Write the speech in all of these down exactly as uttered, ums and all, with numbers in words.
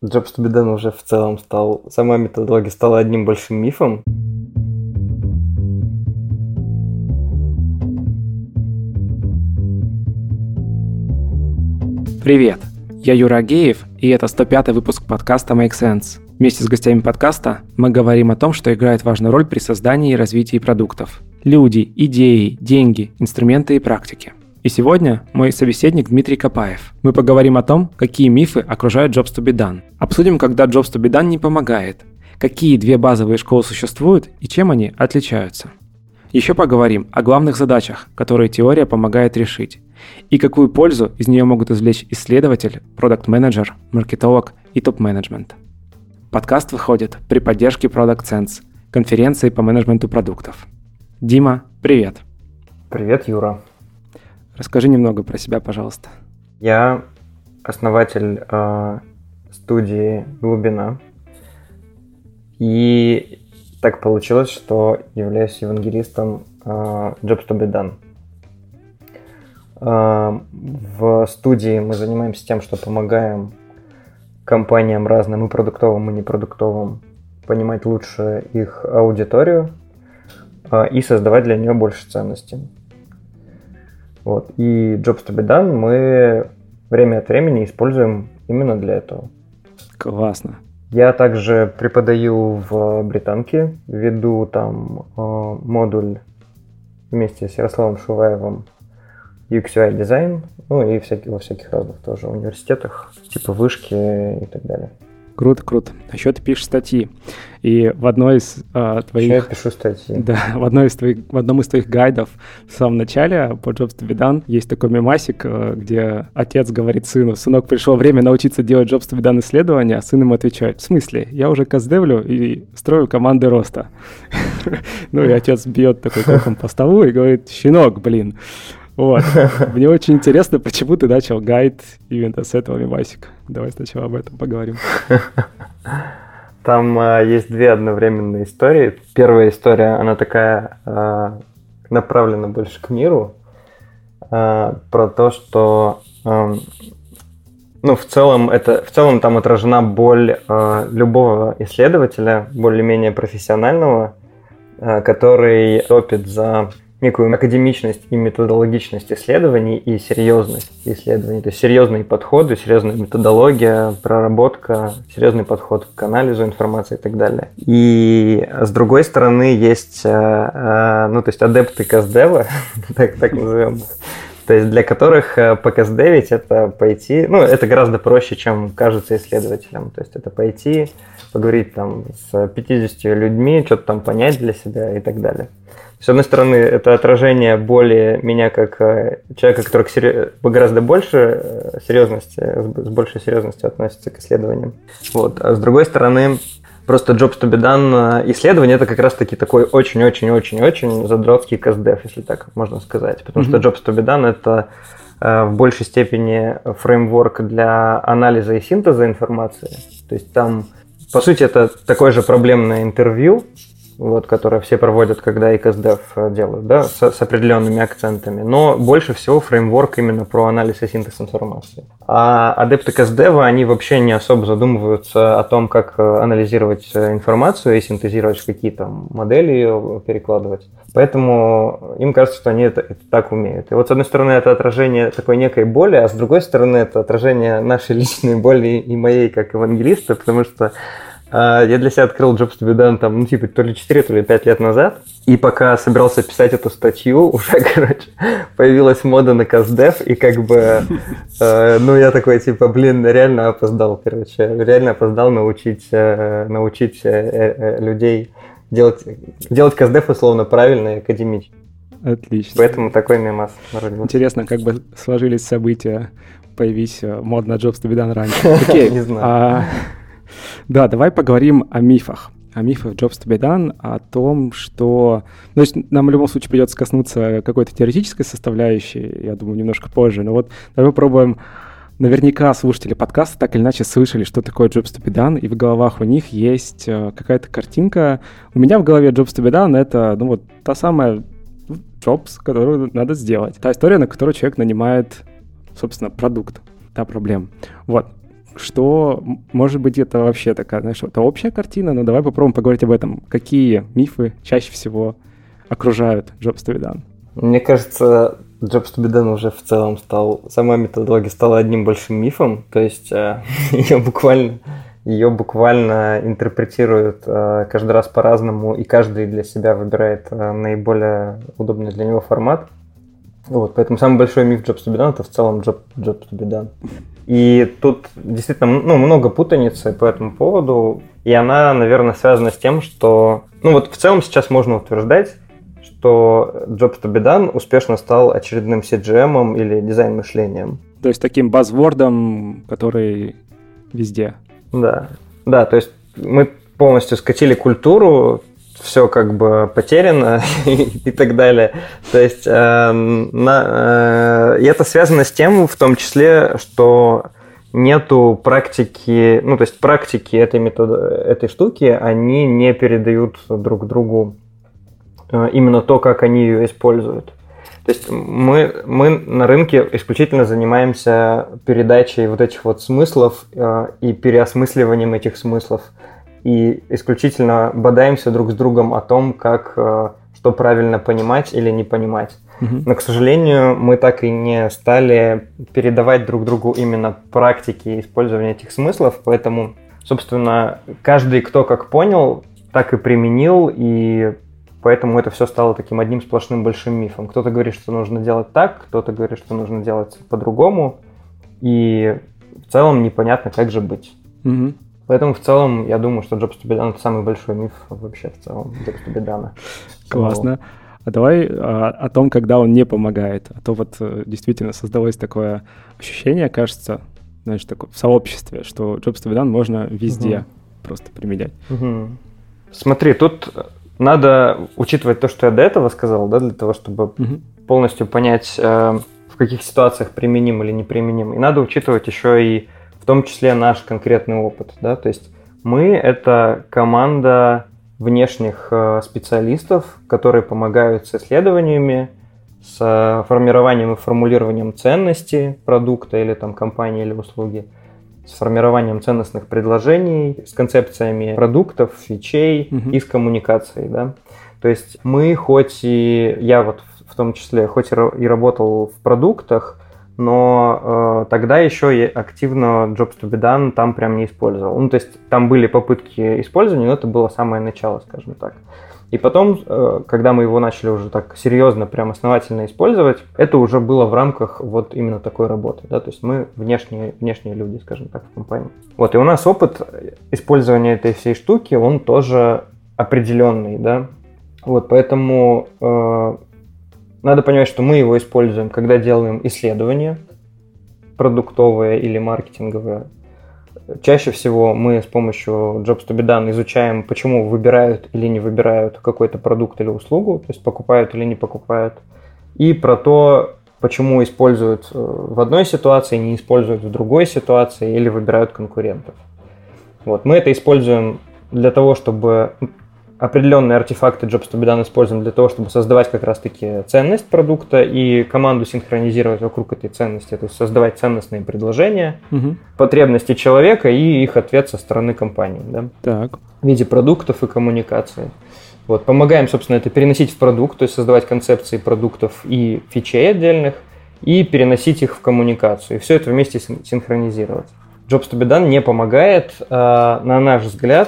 Jobs to be done уже в целом стал, сама методология стала одним большим мифом. Привет, я Юра Агеев, и это сто пятый выпуск подкаста Make Sense. Вместе с гостями подкаста мы говорим о том, что играет важную роль при создании и развитии продуктов. Люди, идеи, деньги, инструменты и практики. И сегодня мой собеседник Дмитрий Копаев. Мы поговорим о том, какие мифы окружают Jobs to be done. Обсудим, когда Jobs to be done не помогает, какие две базовые школы существуют и чем они отличаются. Еще поговорим о главных задачах, которые теория помогает решить, и какую пользу из нее могут извлечь исследователь, продакт-менеджер, маркетолог и топ-менеджмент. Подкаст выходит при поддержке Product Sense, конференции по менеджменту продуктов. Дима, привет. Привет, Юра. Расскажи немного про себя, пожалуйста. Я основатель э, студии «Глубина». И так получилось, что являюсь евангелистом э, Jobs to be done. Э, в студии мы занимаемся тем, что помогаем компаниям разным, и продуктовым, и непродуктовым, понимать лучше их аудиторию э, и создавать для нее больше ценностей. Вот. И Jobs to be done мы время от времени используем именно для этого. Классно. Я также преподаю в Британке, веду там э, модуль вместе с Ярославом Шуваевым ю экс ю ай дизайн, ну и всякие, во всяких разных тоже университетах, типа вышки и так далее. Круто, круто. А еще ты пишешь статьи. И в одной из а, твоих... Еще я пишу статьи. Да, в, одной из твоих, в одном из твоих гайдов в самом начале по Jobs to be done есть такой мемасик, где отец говорит сыну: «Сынок, пришло время научиться делать Jobs to be done исследования», а сын ему отвечает: «В смысле? Я уже каздевлю и строю команды роста». Ну и отец бьет такой коком по столу и говорит: «Щенок, блин». Вот. Мне очень интересно, почему ты начал гайд именно с этого мемасика. Давай сначала об этом поговорим. Там э, есть две одновременные истории. Первая история, она такая э, направлена больше к миру, э, про то, что э, ну, в целом, это, в целом там отражена боль э, любого исследователя, более-менее профессионального, э, который топит за некую академичность и методологичность исследований и серьезность исследований. То есть серьезные подходы, серьезная методология, проработка, серьезный подход к анализу информации и так далее. И с другой стороны есть, ну, то есть адепты каздева, так, так назовем, то есть для которых показдевить — это пойти, ну, это гораздо проще, чем кажется исследователям. То есть это пойти, поговорить там с пятьюдесятью людьми, что-то там понять для себя и так далее. С одной стороны, это отражение боли меня как человека, который сери... гораздо больше серьезности, с большей серьезностью относится к исследованиям. Вот. А с другой стороны, просто Jobs to be done исследование — это как раз-таки такой очень-очень-очень-очень задротский каздев, если так можно сказать. Потому mm-hmm. что Jobs to be done — это в большей степени фреймворк для анализа и синтеза информации. То есть там, по сути, это такое же проблемное интервью, вот, которое все проводят, когда и каздев делают, да, с, с определенными акцентами, но больше всего фреймворк именно про анализ и синтез информации. А адепты каздева, они вообще не особо задумываются о том, как анализировать информацию и синтезировать в какие-то модели, ее перекладывать. Поэтому им кажется, что они это, это так умеют. И вот с одной стороны это отражение такой некой боли, а с другой стороны это отражение нашей личной боли и моей как евангелиста, потому что я для себя открыл Jobs to be done там, ну, типа, то ли четыре, то ли пять лет назад. И пока собирался писать эту статью, уже, короче, появилась мода на каздев, и как бы, э, ну, я такой, типа, блин, реально опоздал, короче, реально опоздал научить, э, научить э, э, людей делать, делать каздев условно правильно и академично. Отлично. Поэтому такой мемас родился. Интересно, как бы сложились события, появись мод на Jobs to be done раньше. Окей. Не знаю. Да, давай поговорим о мифах. О мифах Jobs to be done, о том, что... Ну, то есть нам в любом случае придется коснуться какой-то теоретической составляющей, я думаю, немножко позже. Но вот давай попробуем... Наверняка слушатели подкаста так или иначе слышали, что такое Jobs to be done, и в головах у них есть какая-то картинка. У меня в голове Jobs to be done — это, ну, вот та самая jobs, которую надо сделать. Та история, на которую человек нанимает, собственно, продукт, та проблема. Вот. что, может быть, это вообще такая, знаешь, это общая картина, но давай попробуем поговорить об этом. Какие мифы чаще всего окружают Jobs to be done? Мне кажется, Jobs to be done уже в целом стал, сама методология стала одним большим мифом, то есть ее буквально, ее буквально интерпретируют каждый раз по-разному, и каждый для себя выбирает наиболее удобный для него формат. Вот, поэтому самый большой миф Jobs to be done это в целом job, Jobs to be done. И тут действительно ну, много путаницы по этому поводу, и она, наверное, связана с тем, что, ну вот в целом сейчас можно утверждать, что Jobs to be done успешно стал очередным си джи эм или дизайн-мышлением. То есть таким базвордом, который везде. Да, да, то есть мы полностью скатили культуру, все как бы потеряно и так далее. То есть э, на, э, и это связано с тем, в том числе, что нету практики, ну то есть практики этой методы, этой штуки, они не передают друг другу э, именно то, как они ее используют. То есть мы, мы на рынке исключительно занимаемся передачей вот этих вот смыслов э, и переосмысливанием этих смыслов. И исключительно бодаемся друг с другом о том, как, что правильно понимать или не понимать. Mm-hmm. Но, к сожалению, мы так и не стали передавать друг другу именно практики использования этих смыслов, поэтому, собственно, каждый, кто как понял, так и применил, и поэтому это все стало таким одним сплошным большим мифом. Кто-то говорит, что нужно делать так, кто-то говорит, что нужно делать по-другому, и в целом непонятно, как же быть. Mm-hmm. Поэтому в целом я думаю, что Jobs to be done это самый большой миф вообще в целом Jobs to be done. Классно. А давай а, о том, когда он не помогает. А то вот действительно создалось такое ощущение, кажется, знаешь, такое в сообществе, что Jobs to be done можно везде угу. просто применять. Угу. Смотри, тут надо учитывать то, что я до этого сказал, да, для того, чтобы угу. полностью понять, э, в каких ситуациях применим или не применим. И надо учитывать еще и в том числе наш конкретный опыт, да, то есть мы – это команда внешних специалистов, которые помогают с исследованиями, с формированием и формулированием ценности продукта или там компании или услуги, с формированием ценностных предложений, с концепциями продуктов, фичей mm-hmm. и с коммуникацией, да. То есть мы хоть и, я вот в том числе, хоть и работал в продуктах, но э, тогда еще я активно Jobs to be done там прям не использовал. Ну, то есть там были попытки использования, но это было самое начало, скажем так. И потом, э, когда мы его начали уже так серьезно, прям основательно использовать, это уже было в рамках вот именно такой работы, да, то есть мы внешние, внешние люди, скажем так, в компании. Вот, и у нас опыт использования этой всей штуки, он тоже определенный, да, вот, поэтому... Э, Надо понимать, что мы его используем, когда делаем исследования продуктовые или маркетинговые. Чаще всего мы с помощью Jobs to be done изучаем, почему выбирают или не выбирают какой-то продукт или услугу, то есть покупают или не покупают, и про то, почему используют в одной ситуации, не используют в другой ситуации или выбирают конкурентов. Вот. Мы это используем для того, чтобы... Определенные артефакты Jobs to be done используем для того, чтобы создавать как раз-таки ценность продукта и команду синхронизировать вокруг этой ценности, то есть создавать ценностные предложения, угу. потребности человека и их ответ со стороны компании, да? Так. В виде продуктов и коммуникации. Вот. Помогаем, собственно, это переносить в продукт, то есть создавать концепции продуктов и фичей отдельных и переносить их в коммуникацию. И все это вместе синхронизировать. Jobs to be done не помогает, на наш взгляд,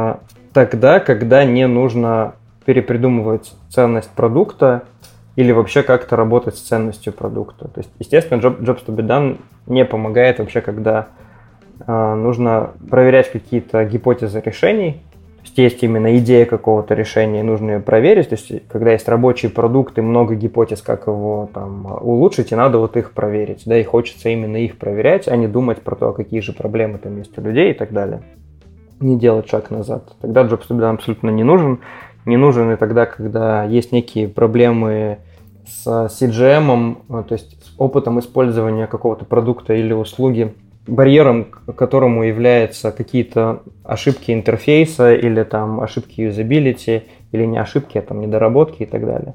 тогда, когда не нужно перепридумывать ценность продукта или вообще как-то работать с ценностью продукта. То есть, естественно, Jobs to be done не помогает вообще, когда э, нужно проверять какие-то гипотезы решений. То есть, есть именно идея какого-то решения, нужно ее проверить. То есть, когда есть рабочий продукт и много гипотез, как его там улучшить, и надо вот их проверить. Да, и хочется именно их проверять, а не думать про то, какие же проблемы там есть у людей и так далее. Не делать шаг назад. Тогда Jobs to be done абсолютно не нужен. Не нужен и тогда, когда есть некие проблемы с си джи эм, то есть с опытом использования какого-то продукта или услуги, барьером, к которому являются какие-то ошибки интерфейса или там ошибки юзабилити, или не ошибки, а там недоработки и так далее. То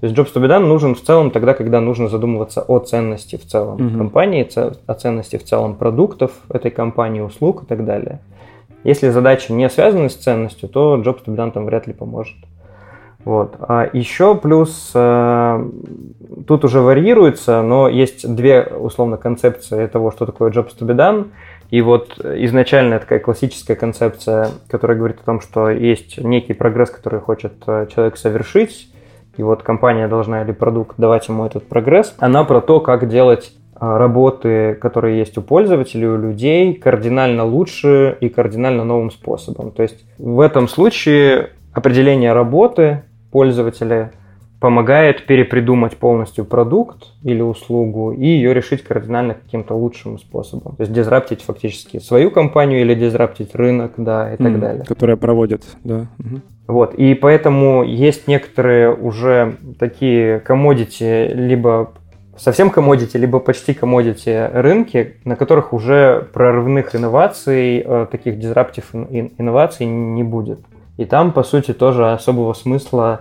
То есть jobs to be done нужен в целом тогда, когда нужно задумываться о ценности в целом mm-hmm. компании, о ценности в целом продуктов этой компании, услуг и так далее. Если задача не связана с ценностью, то jobs to be done там вряд ли поможет. Вот. А еще плюс э, тут уже варьируется, но есть две условно концепции того, что такое jobs to be done. И вот изначально такая классическая концепция, которая говорит о том, что есть некий прогресс, который хочет человек совершить, и вот компания должна или продукт давать ему этот прогресс. Она про то, как делать работы, которые есть у пользователей, у людей, кардинально лучше и кардинально новым способом. То есть в этом случае определение работы пользователя помогает перепридумать полностью продукт или услугу и ее решить кардинально каким-то лучшим способом. То есть дизраптить фактически свою компанию или дизраптить рынок, да, и так mm, далее. Которые проводят, да. Угу. Вот, и поэтому есть некоторые уже такие commodity, либо совсем commodity, либо почти commodity рынки, на которых уже прорывных инноваций, таких disruptive инноваций не будет. И там, по сути, тоже особого смысла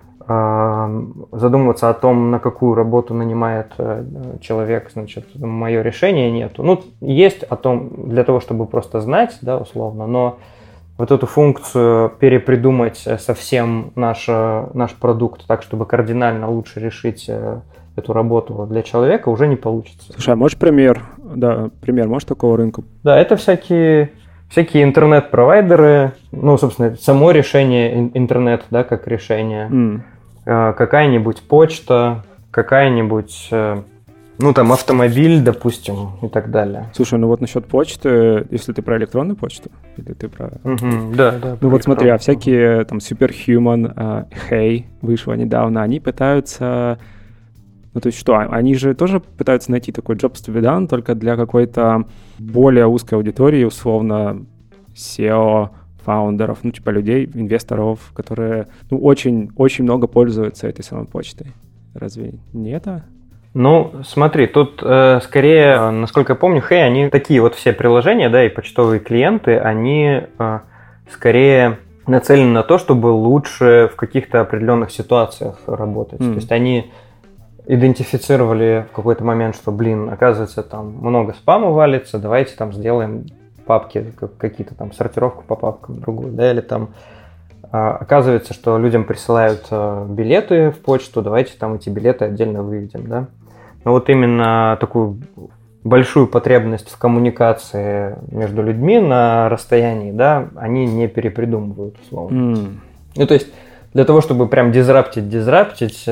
э, задумываться о том, на какую работу нанимает э, человек, значит, мое решение нету. Ну, есть о том, для того, чтобы просто знать, да, условно, но вот эту функцию перепридумать совсем наш, наш продукт так, чтобы кардинально лучше решить э, эту работу для человека, уже не получится. Слушай, а можешь пример, да, пример, можешь такого рынка? Да, это всякие... Всякие интернет-провайдеры, ну, собственно, само решение интернет, да, как решение, mm. какая-нибудь почта, какая-нибудь, ну, там, автомобиль, допустим, и так далее. Слушай, ну вот насчет почты, если ты про электронную почту, или ты про... Mm-hmm, да, да. Ну вот смотри, а всякие там Superhuman, Hey вышло недавно, они пытаются... Ну, то есть что, они же тоже пытаются найти такой jobs to be done, только для какой-то более узкой аудитории, условно, сео, фаундеров, ну, типа людей, инвесторов, которые, ну, очень-очень много пользуются этой самой почтой. Разве не это? Ну, смотри, тут э, скорее, насколько я помню, Hey, они такие вот все приложения, да, и почтовые клиенты, они э, скорее нацелены на то, чтобы лучше в каких-то определенных ситуациях работать. Mm. То есть они... идентифицировали в какой-то момент, что, блин, оказывается, там много спама валится, давайте там сделаем папки, какие-то там сортировку по папкам другую, да, или там а, оказывается, что людям присылают а, билеты в почту, давайте там эти билеты отдельно выведем, да. Но вот именно такую большую потребность в коммуникации между людьми на расстоянии, да, они не перепридумывают, условно. Mm. Ну, то есть для того, чтобы прям дизраптить, дизраптить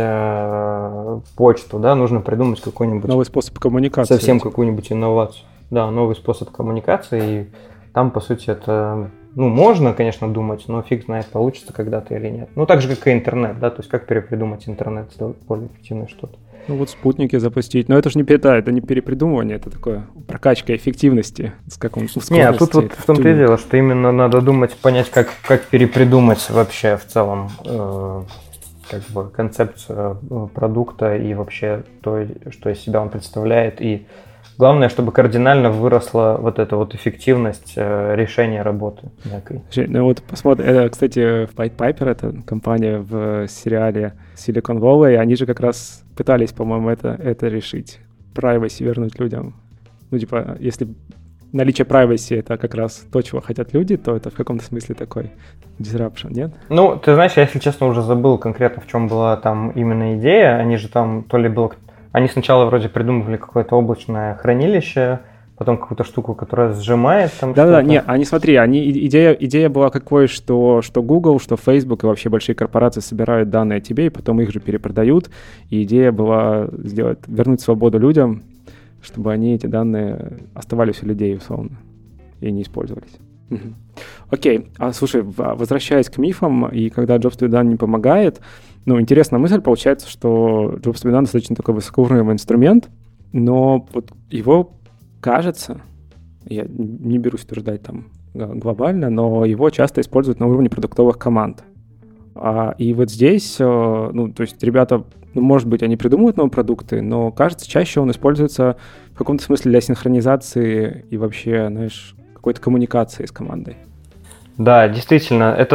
э, почту, да, нужно придумать какой-нибудь... Новый способ коммуникации. Совсем какую-нибудь инновацию. Да, новый способ коммуникации. И там, по сути, это... Ну, можно, конечно, думать, но фиг знает, получится когда-то или нет. Ну, так же, как и интернет, да, то есть как перепридумать интернет, сделать более эффективное что-то. Ну, вот спутники запустить. Но это же не, да, это не перепридумывание, это такое прокачка эффективности. С каком скорости. Нет, тут вот в том-то и дело, что именно надо думать, понять, как, как перепридумать вообще в целом э, как бы концепцию продукта и вообще то, что из себя он представляет. И главное, чтобы кардинально выросла вот эта вот эффективность э, решения работы некой. Ну вот посмотрим, это, кстати, White Piper, это компания в сериале Silicon Valley, они же как раз пытались, по-моему, это, это решить. Privacy вернуть людям. Ну, типа, если наличие privacy — это как раз то, чего хотят люди, то это в каком-то смысле такой disruption, нет? Ну, ты знаешь, я, если честно, уже забыл конкретно, в чем была там именно идея. Они же там то ли было... Они сначала вроде придумывали какое-то облачное хранилище, потом какую-то штуку, которая сжимает там да, что-то. Да-да, не, они, смотри, они, идея, идея была какой, что, что Google, что Facebook и вообще большие корпорации собирают данные о тебе, и потом их же перепродают. И идея была сделать, вернуть свободу людям, чтобы они, эти данные, оставались у людей, условно, и не использовались. Угу. Окей, а слушай, возвращаясь к мифам, и когда jobs to be done не помогает, ну, интересная мысль, получается, что jobs to be done достаточно такой высокоуровневый инструмент, но вот его, кажется, я не берусь утверждать там глобально, но его часто используют на уровне продуктовых команд. А, и вот здесь, ну, то есть ребята, ну, может быть, они придумывают новые продукты, но, кажется, чаще он используется в каком-то смысле для синхронизации и вообще, знаешь, какой-то коммуникации с командой. Да, действительно, это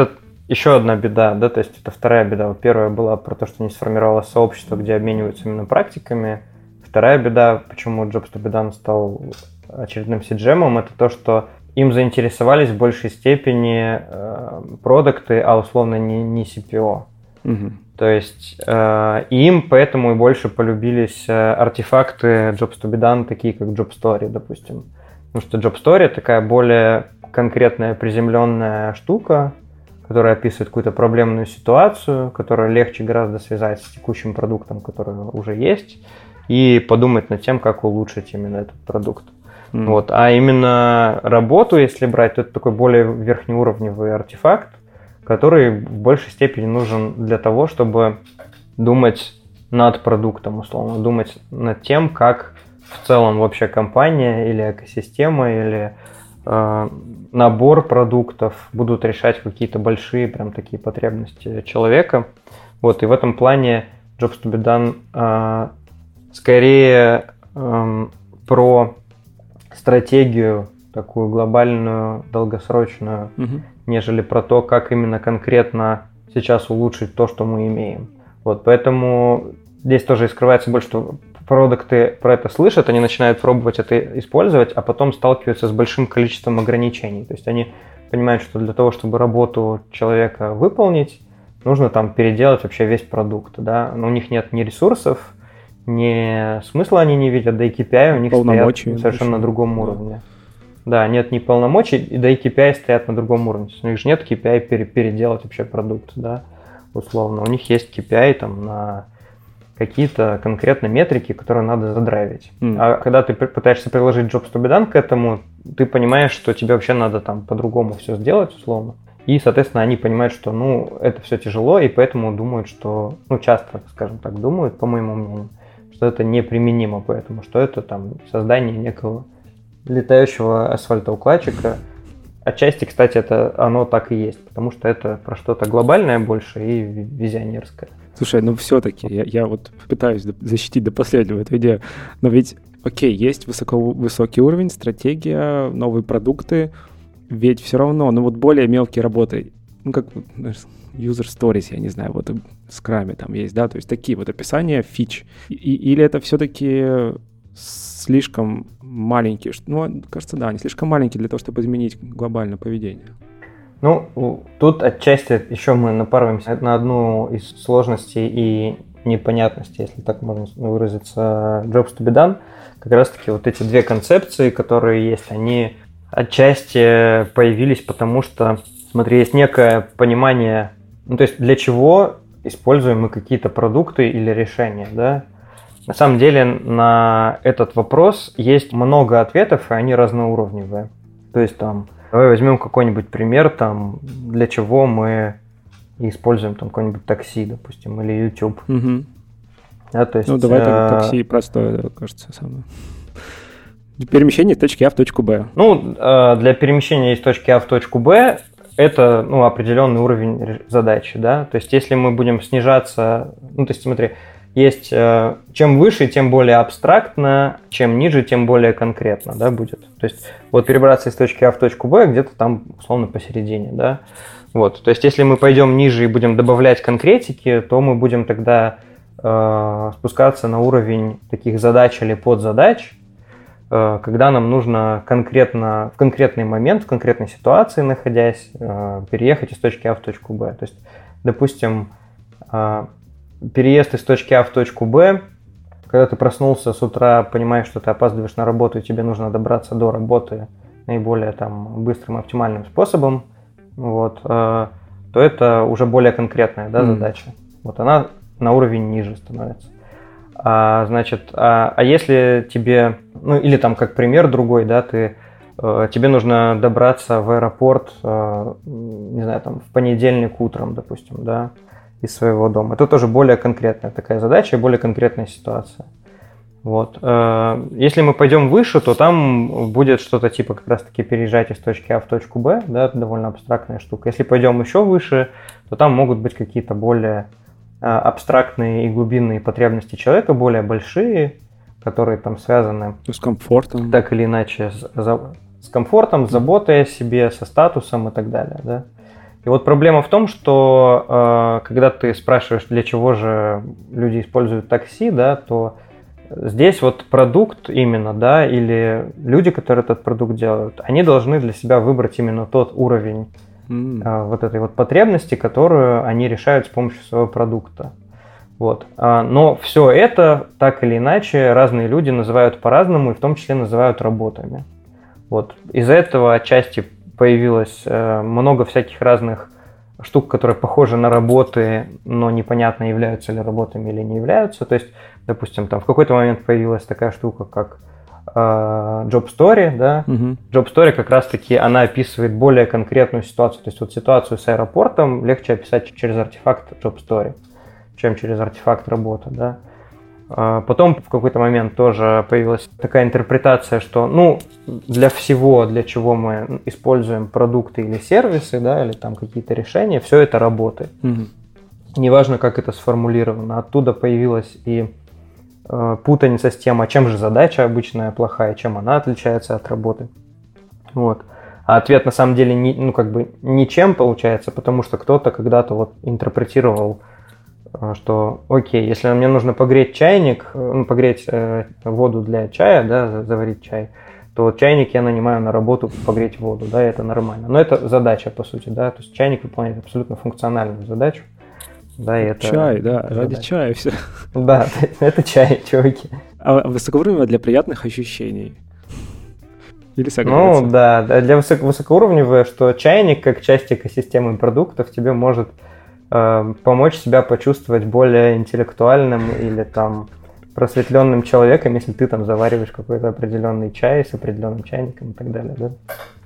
еще одна беда, да, то есть это вторая беда. Вот первая была про то, что не сформировалось сообщество, где обмениваются именно практиками. Вторая беда, почему Jobs to be done стал очередным сиджемом, это то, что им заинтересовались в большей степени э, продукты, а условно не, не си пи о. Угу. То есть э, им поэтому и больше полюбились э, артефакты Jobs to be done, такие как Job Story, допустим. Потому что Job Story такая более конкретная, приземленная штука, которая описывает какую-то проблемную ситуацию, которую легче гораздо связать с текущим продуктом, который уже есть, и подумать над тем, как улучшить именно этот продукт. Mm. Вот. А именно работу, если брать, то это такой более верхнеуровневый артефакт, который в большей степени нужен для того, чтобы думать над продуктом, условно, думать над тем, как в целом вообще компания или экосистема, или э, набор продуктов будут решать какие-то большие прям такие потребности человека. Вот, и в этом плане Jobs to be done э, скорее э, про стратегию такую глобальную, долгосрочную, угу. нежели про то, как именно конкретно сейчас улучшить то, что мы имеем. Вот, поэтому здесь тоже и скрывается больше, что продукты про это слышат, они начинают пробовать это использовать, а потом сталкиваются с большим количеством ограничений. То есть они понимают, что для того, чтобы работу человека выполнить, нужно там переделать вообще весь продукт. Да? Но у них нет ни ресурсов, ни смысла они не видят, да и кей пи ай у них стоят совершенно на другом уровне. Да, нет ни полномочий, и да и кей пи ай стоят на другом уровне. У них же нет кей пи ай пере- переделать вообще продукт, да, условно. У них есть кей пи ай там на какие-то конкретные метрики, которые надо задрайвить. Mm. А когда ты пытаешься приложить Jobs to be done к этому, ты понимаешь, что тебе вообще надо там по-другому все сделать, условно. И, соответственно, они понимают, что, ну, это все тяжело, и поэтому думают, что, ну, часто, скажем так, думают, по моему мнению, что это неприменимо, поэтому, что это там создание некого летающего асфальтоукладчика. Отчасти, кстати, это оно так и есть, потому что это про что-то глобальное больше и визионерское. Слушай, ну все-таки я, я вот пытаюсь защитить до последнего эту идею, но ведь, окей, есть высоко, высокий уровень, стратегия, новые продукты, ведь все равно, ну вот более мелкие работы, ну как user stories, я не знаю, вот в Scrum там есть, да, то есть такие вот описания фич, и, или это все-таки слишком маленькие, ну, кажется, да, они слишком маленькие для того, чтобы изменить глобальное поведение. Ну, тут отчасти еще мы напарываемся на одну из сложностей и непонятностей, если так можно выразиться, Jobs to be done. Как раз-таки вот эти две концепции, которые есть, они отчасти появились, потому что, смотри, есть некое понимание, ну, то есть для чего используем мы какие-то продукты или решения, да? На самом деле на этот вопрос есть много ответов, и они разноуровневые. То есть там, давай возьмем какой-нибудь пример, там, для чего мы используем там какое-нибудь такси, допустим, или YouTube. Угу. Да, то есть, ну, давай так, такси простое, кажется, самое. Перемещение из точки А в точку Б. Ну, для перемещения из точки А в точку Б это, ну, определенный уровень задачи, да. То есть если мы будем снижаться, ну, то есть смотри, есть, э, чем выше, тем более абстрактно, чем ниже, тем более конкретно, да, будет. То есть вот перебраться из точки А в точку Б где-то там, условно, посередине, да. Вот, то есть если мы пойдем ниже и будем добавлять конкретики, то мы будем тогда э, спускаться на уровень таких задач или подзадач, э, когда нам нужно конкретно, в конкретный момент, в конкретной ситуации находясь, э, переехать из точки А в точку Б. То есть, допустим, э, переезд из точки А в точку Б, когда ты проснулся с утра, понимаешь, что ты опаздываешь на работу, и тебе нужно добраться до работы наиболее там быстрым, оптимальным способом, вот, э, то это уже более конкретная, да, mm. задача. Вот она на уровень ниже становится. А, значит, а, а если тебе, ну или там как пример другой, да, ты, э, тебе нужно добраться в аэропорт, э, не знаю, там в понедельник утром, допустим, да, из своего дома. Это тоже более конкретная такая задача, более конкретная ситуация. Вот. Если мы пойдем выше, то там будет что-то типа как раз-таки переезжать из точки А в точку Б, да, это довольно абстрактная штука. Если пойдем еще выше, то там могут быть какие-то более абстрактные и глубинные потребности человека, более большие, которые там связаны с комфортом, так или иначе с, с комфортом, с заботой о себе, со статусом и так далее, да. И вот проблема в том, что э, когда ты спрашиваешь, для чего же люди используют такси, да, то здесь вот продукт именно, да, или люди, которые этот продукт делают, они должны для себя выбрать именно тот уровень mm. э, вот этой вот потребности, которую они решают с помощью своего продукта. Вот. Но все это, так или иначе, разные люди называют по-разному, и в том числе называют работами. Вот. Из-за этого отчасти появилось э, много всяких разных штук, которые похожи на работы, но непонятно, являются ли работами или не являются. То есть, допустим, там в какой-то момент появилась такая штука, как э, Job Story, да. Uh-huh. Job Story как раз-таки она описывает более конкретную ситуацию. То есть вот ситуацию с аэропортом легче описать через артефакт Job Story, чем через артефакт работа, да. Потом в какой-то момент тоже появилась такая интерпретация, что ну, для всего, для чего мы используем продукты или сервисы, да, или там какие-то решения, все это работы. Mm-hmm. Неважно, как это сформулировано. Оттуда появилась и э, путаница с тем, а чем же задача обычная плохая, чем она отличается от работы. Вот. А ответ на самом деле не, ну, как бы ничем получается, потому что кто-то когда-то вот интерпретировал, что окей, если мне нужно погреть чайник, ну, погреть э, воду для чая, да, заварить чай, то вот чайник я нанимаю на работу погреть воду, да, и это нормально. Но это задача, по сути, да, то есть чайник выполняет абсолютно функциональную задачу. Да, и это чай, да, задача. Ради чая все. Да, это чай, чуваки. А высокоуровневый для приятных ощущений. Или согреться. Ну, да, для высок- высокоуровневого, что чайник, как часть экосистемы продуктов, тебе может помочь себя почувствовать более интеллектуальным или там просветленным человеком, если ты там завариваешь какой-то определенный чай с определенным чайником и так далее, да?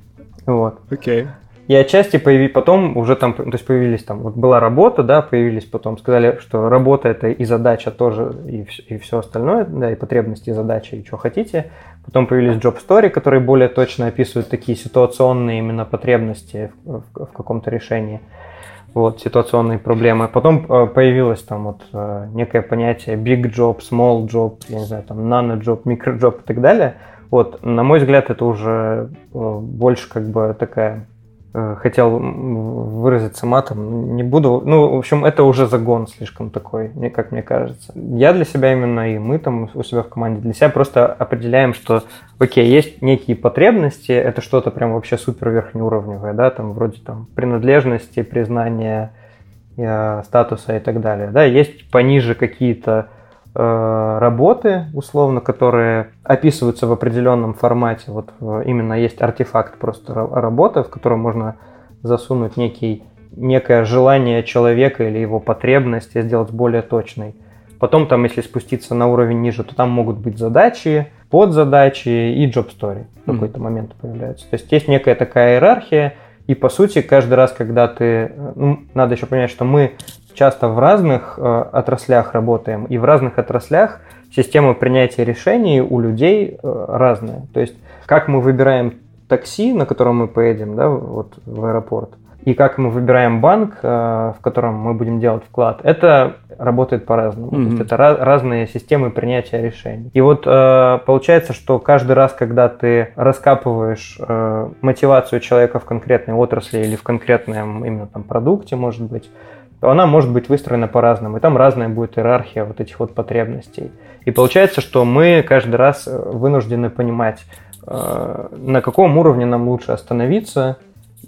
Вот. Окей. Okay. И отчасти появи... потом уже там, то есть появились там, вот была работа, да, появились потом, сказали, что работа это и задача тоже, и, и все остальное, да, и потребности, и задачи, и что хотите. Потом появились Job Story, которые более точно описывают такие ситуационные именно потребности в, в, в каком-то решении. Вот, ситуационные проблемы. Потом э, появилось там вот э, некое понятие big job, small job, я не знаю, там nano job, micro job и так далее. Вот, на мой взгляд, это уже э, больше как бы такая, э, хотел выразиться матом, не буду, ну, в общем, это уже загон слишком такой, мне, как мне кажется. Я для себя именно, и мы там у себя в команде для себя просто определяем, что окей, есть некие потребности, это что-то прям вообще супер верхнеуровневое, да, там вроде там принадлежности, признания э, статуса и так далее, да, есть пониже какие-то э, работы, условно, которые описываются в определенном формате, вот э, именно есть артефакт просто работы, в котором можно засунуть некий, некое желание человека или его потребность и сделать более точной. Потом там, если спуститься на уровень ниже, то там могут быть задачи, подзадачи и job story в какой-то mm-hmm. момент появляются. То есть есть некая такая иерархия, и по сути каждый раз, когда ты... Ну, надо еще понять, что мы часто в разных э, отраслях работаем, и в разных отраслях система принятия решений у людей э, разная. То есть как мы выбираем такси, на котором мы поедем, да, вот в аэропорт, и как мы выбираем банк, в котором мы будем делать вклад, это работает по-разному. Mm-hmm. То есть это ra- разные системы принятия решений. И вот получается, что каждый раз, когда ты раскапываешь мотивацию человека в конкретной отрасли или в конкретном именно там продукте, может быть, то она может быть выстроена по-разному. И там разная будет иерархия вот этих вот потребностей. И получается, что мы каждый раз вынуждены понимать, на каком уровне нам лучше остановиться,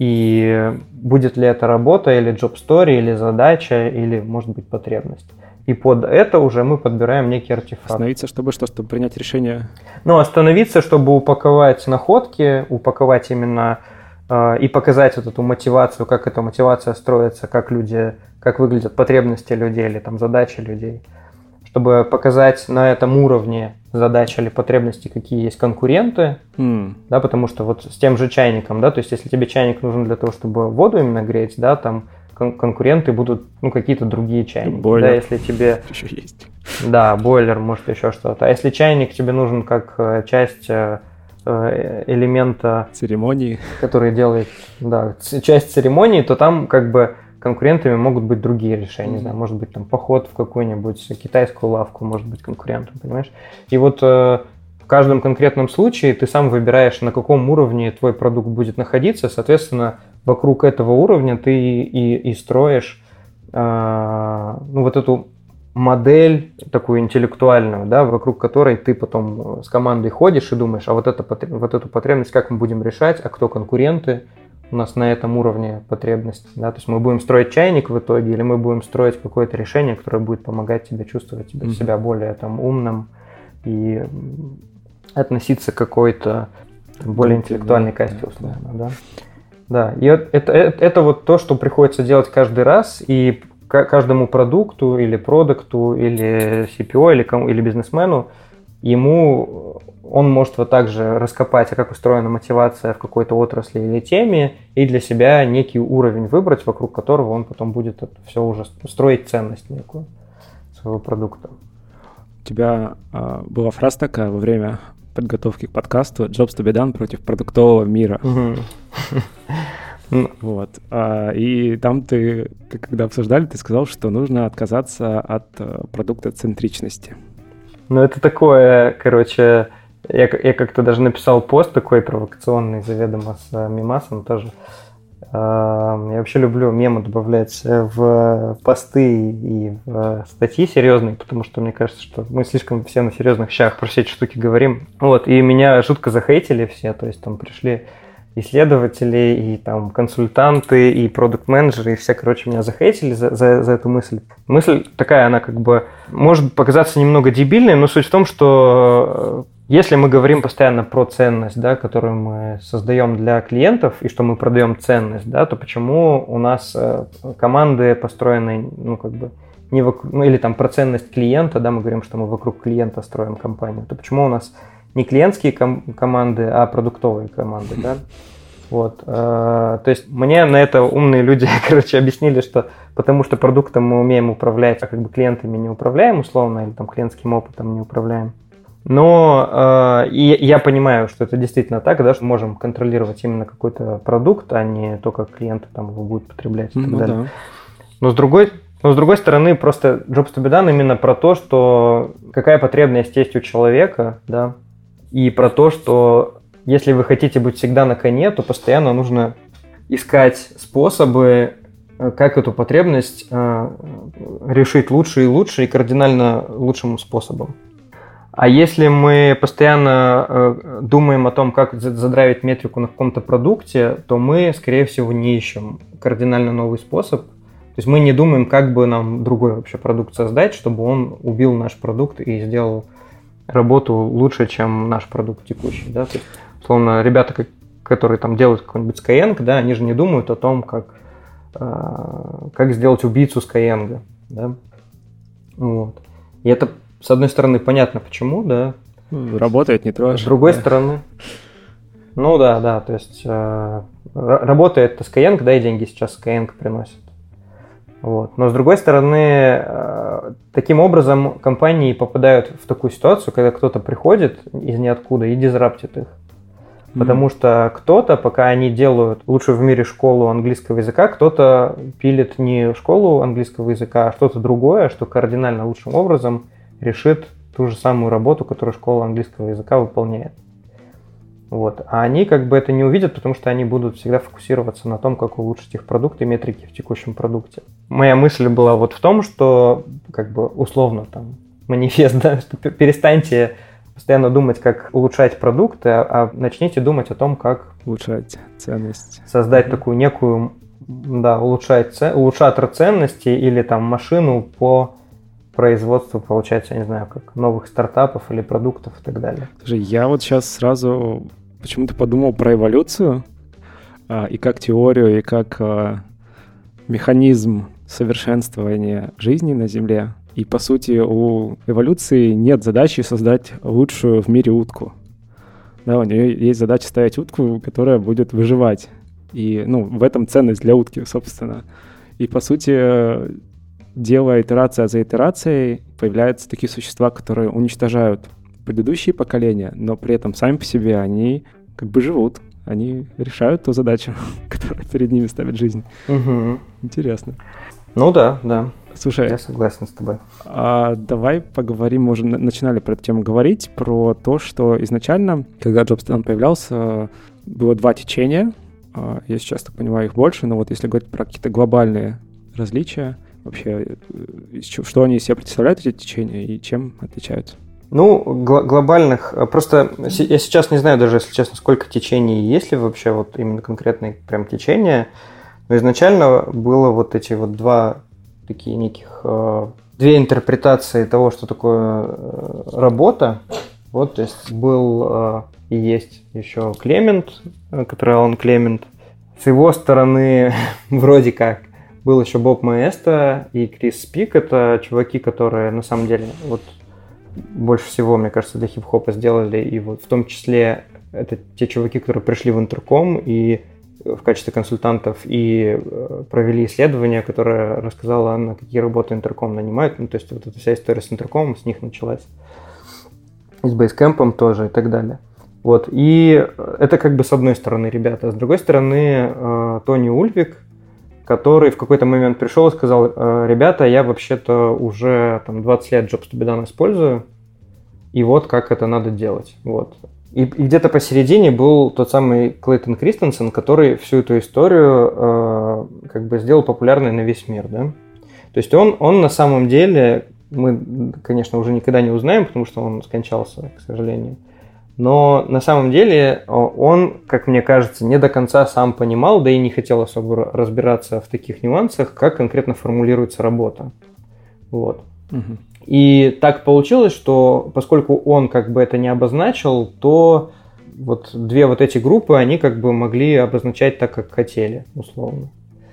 и будет ли это работа, или job story, или задача, или, может быть, потребность. И под это уже мы подбираем некий артефакт. Остановиться, чтобы что? Чтобы принять решение? Ну, остановиться, чтобы упаковать находки, упаковать именно э, и показать вот эту мотивацию, как эта мотивация строится, как люди, как выглядят потребности людей или там задачи людей. Чтобы показать на этом уровне задачи или потребности, какие есть конкуренты, mm. да, потому что вот с тем же чайником, да, то есть если тебе чайник нужен для того, чтобы воду именно греть, да, там кон- конкуренты будут, ну, какие-то другие чайники. Бойлер. Да, если тебе... Еще есть. Да, бойлер, может, еще что-то. А если чайник тебе нужен как часть элемента... Церемонии. Который делает, да, часть церемонии, то там как бы конкурентами могут быть другие решения, mm-hmm. не знаю, может быть там поход в какую-нибудь китайскую лавку, может быть конкурентом, понимаешь? И вот э, в каждом конкретном случае ты сам выбираешь, на каком уровне твой продукт будет находиться, соответственно, вокруг этого уровня ты и, и строишь э, ну, вот эту модель такую интеллектуальную, да, вокруг которой ты потом с командой ходишь и думаешь, а вот, это, вот эту потребность как мы будем решать, а кто конкуренты у нас на этом уровне потребности. Да? То есть мы будем строить чайник в итоге или мы будем строить какое-то решение, которое будет помогать тебе чувствовать себя, mm-hmm. себя более там, умным и относиться к какой-то более mm-hmm. интеллектуальной касте, условно. Mm-hmm. Да? Да. И это, это, это вот то, что приходится делать каждый раз, и каждому продукту или продукту или си пи о или, кому, или бизнесмену ему он может вот так же раскопать, а как устроена мотивация в какой-то отрасли или теме, и для себя некий уровень выбрать, вокруг которого он потом будет это все уже строить ценность некую своего продукта. У тебя э, была фраза такая во время подготовки к подкасту «Jobs to be done» против продуктового мира. Вот. И там ты, когда обсуждали, ты сказал, что нужно отказаться от продуктоцентричности. Ну, это такое, короче, я, я как-то даже написал пост такой провокационный, заведомо с мемасом тоже. Я вообще люблю мемы добавлять в посты и в статьи серьезные, потому что мне кажется, что мы слишком все на серьезных щах про все эти штуки говорим. Вот, и меня жутко захейтили все, то есть там пришли исследователи, и там консультанты, и продукт-менеджеры, и все, короче, меня захейтили за, за, за эту мысль. Мысль такая, она как бы может показаться немного дебильной, но суть в том, что если мы говорим постоянно про ценность, да, которую мы создаем для клиентов, и что мы продаем ценность, да, то почему у нас команды построены, ну, как бы, не вокруг, ну, или там про ценность клиента, да, мы говорим, что мы вокруг клиента строим компанию, то почему у нас не клиентские ком- команды, а продуктовые команды, да? Вот. Э- то есть мне на это умные люди, короче, объяснили, что потому что продуктом мы умеем управлять, а как бы клиентами не управляем условно, или там клиентским опытом не управляем. Но э- и я понимаю, что это действительно так, да, что мы можем контролировать именно какой-то продукт, а не то, как клиенты там его будут потреблять и так ну, далее. Да. Но с другой Но, с другой стороны, просто Jobs to be done именно про то, что какая потребность есть у человека, да, и про то, что если вы хотите быть всегда на коне, то постоянно нужно искать способы, как эту потребность э, решить лучше и лучше, и кардинально лучшим способом. А если мы постоянно э, думаем о том, как задравить метрику на каком-то продукте, то мы, скорее всего, не ищем кардинально новый способ. То есть мы не думаем, как бы нам другой вообще продукт создать, чтобы он убил наш продукт и сделал работу лучше, чем наш продукт текущий. Да? То есть, условно, ребята, которые там делают какой-нибудь Skyeng, да, они же не думают о том, как, э, как сделать убийцу Skyeng. Да? Вот. И это, с одной стороны, понятно почему, да. Работает, не трожь. С другой да. стороны, ну да, да, то есть э, работает Skyeng, да, и деньги сейчас Skyeng приносит. Вот. Но с другой стороны, таким образом компании попадают в такую ситуацию, когда кто-то приходит из ниоткуда и дизраптит их. Mm-hmm. Потому что кто-то, пока они делают лучшую в мире школу английского языка, кто-то пилит не школу английского языка, а что-то другое, что кардинально лучшим образом решит ту же самую работу, которую школа английского языка выполняет. Вот. А они как бы это не увидят, потому что они будут всегда фокусироваться на том, как улучшить их продукт и метрики в текущем продукте. Моя мысль была вот в том, что как бы условно там манифест, да, что перестаньте постоянно думать, как улучшать продукт, а, а начните думать о том, как улучшать ценность. Создать mm-hmm. такую некую, да, улучшать, улучшатор ценности или там машину по производству, получается, я не знаю, как новых стартапов или продуктов и так далее. Слушай, я вот сейчас сразу почему-то подумал про эволюцию а, и как теорию, и как а, механизм совершенствования жизни на Земле. И, по сути, у эволюции нет задачи создать лучшую в мире утку. Да, у нее есть задача ставить утку, которая будет выживать. И, ну, в этом ценность для утки, собственно. И, по сути, делая итерация за итерацией, появляются такие существа, которые уничтожают предыдущие поколения, но при этом сами по себе они как бы живут. Они решают ту задачу, которая перед ними ставит жизнь. Угу. Интересно. Ну да, да. Слушай, я согласен с тобой. А давай поговорим, мы уже начинали про эту тему говорить, про то, что изначально, когда Jobs to be done появлялся, было два течения. Одно — это течение, которое я сейчас так понимаю, их больше, но вот если говорить про какие-то глобальные различия, вообще, что они из себя представляют, эти течения, и чем отличаются? Ну, гл- глобальных, просто я сейчас не знаю даже, если честно, сколько течений есть ли вообще вот именно конкретные прям течения, но изначально было вот эти вот два такие неких, две интерпретации того, что такое работа. Вот, то есть был и есть еще Клемент, который Алан Клемент. С его стороны вроде как был еще Боб Маэсто и Крис Спик. Это чуваки, которые на самом деле вот больше всего, мне кажется, для хип-хопа сделали. И вот в том числе это те чуваки, которые пришли в Интерком и в качестве консультантов и провели исследование, которое рассказало, на какие работы Интерком нанимают. Ну, то есть вот эта вся история с Интеркомом с них началась. И с Basecamp тоже и так далее. Вот. И это как бы с одной стороны ребята. С другой стороны Тони Ульвик, который в какой-то момент пришел и сказал: ребята, я вообще-то уже там, двадцать лет Jobs to be done использую, и вот как это надо делать. Вот. И, и где-то посередине был тот самый Клейтон Кристенсен, который всю эту историю э, как бы сделал популярной на весь мир. Да? То есть он, он на самом деле, мы, конечно, уже никогда не узнаем, потому что он скончался, к сожалению. Но на самом деле он, как мне кажется, не до конца сам понимал, да и не хотел особо разбираться в таких нюансах, как конкретно формулируется работа. Вот. Угу. И так получилось, что поскольку он как бы это не обозначил, то вот две вот эти группы, они как бы могли обозначать так, как хотели, условно.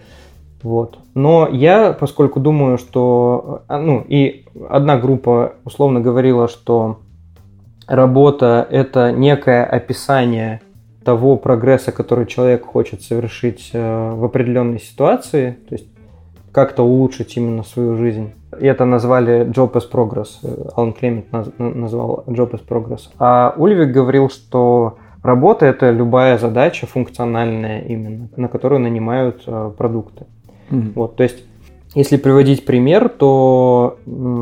Вот. Но я, поскольку думаю, что... Ну, и одна группа условно говорила, что работа – это некое описание того прогресса, который человек хочет совершить в определенной ситуации, то есть как-то улучшить именно свою жизнь. И это назвали job as progress. Алан Клемент назвал job as progress. А Ульвик говорил, что работа – это любая задача функциональная именно, на которую нанимают продукты. Mm-hmm. Вот, то есть, если приводить пример, то,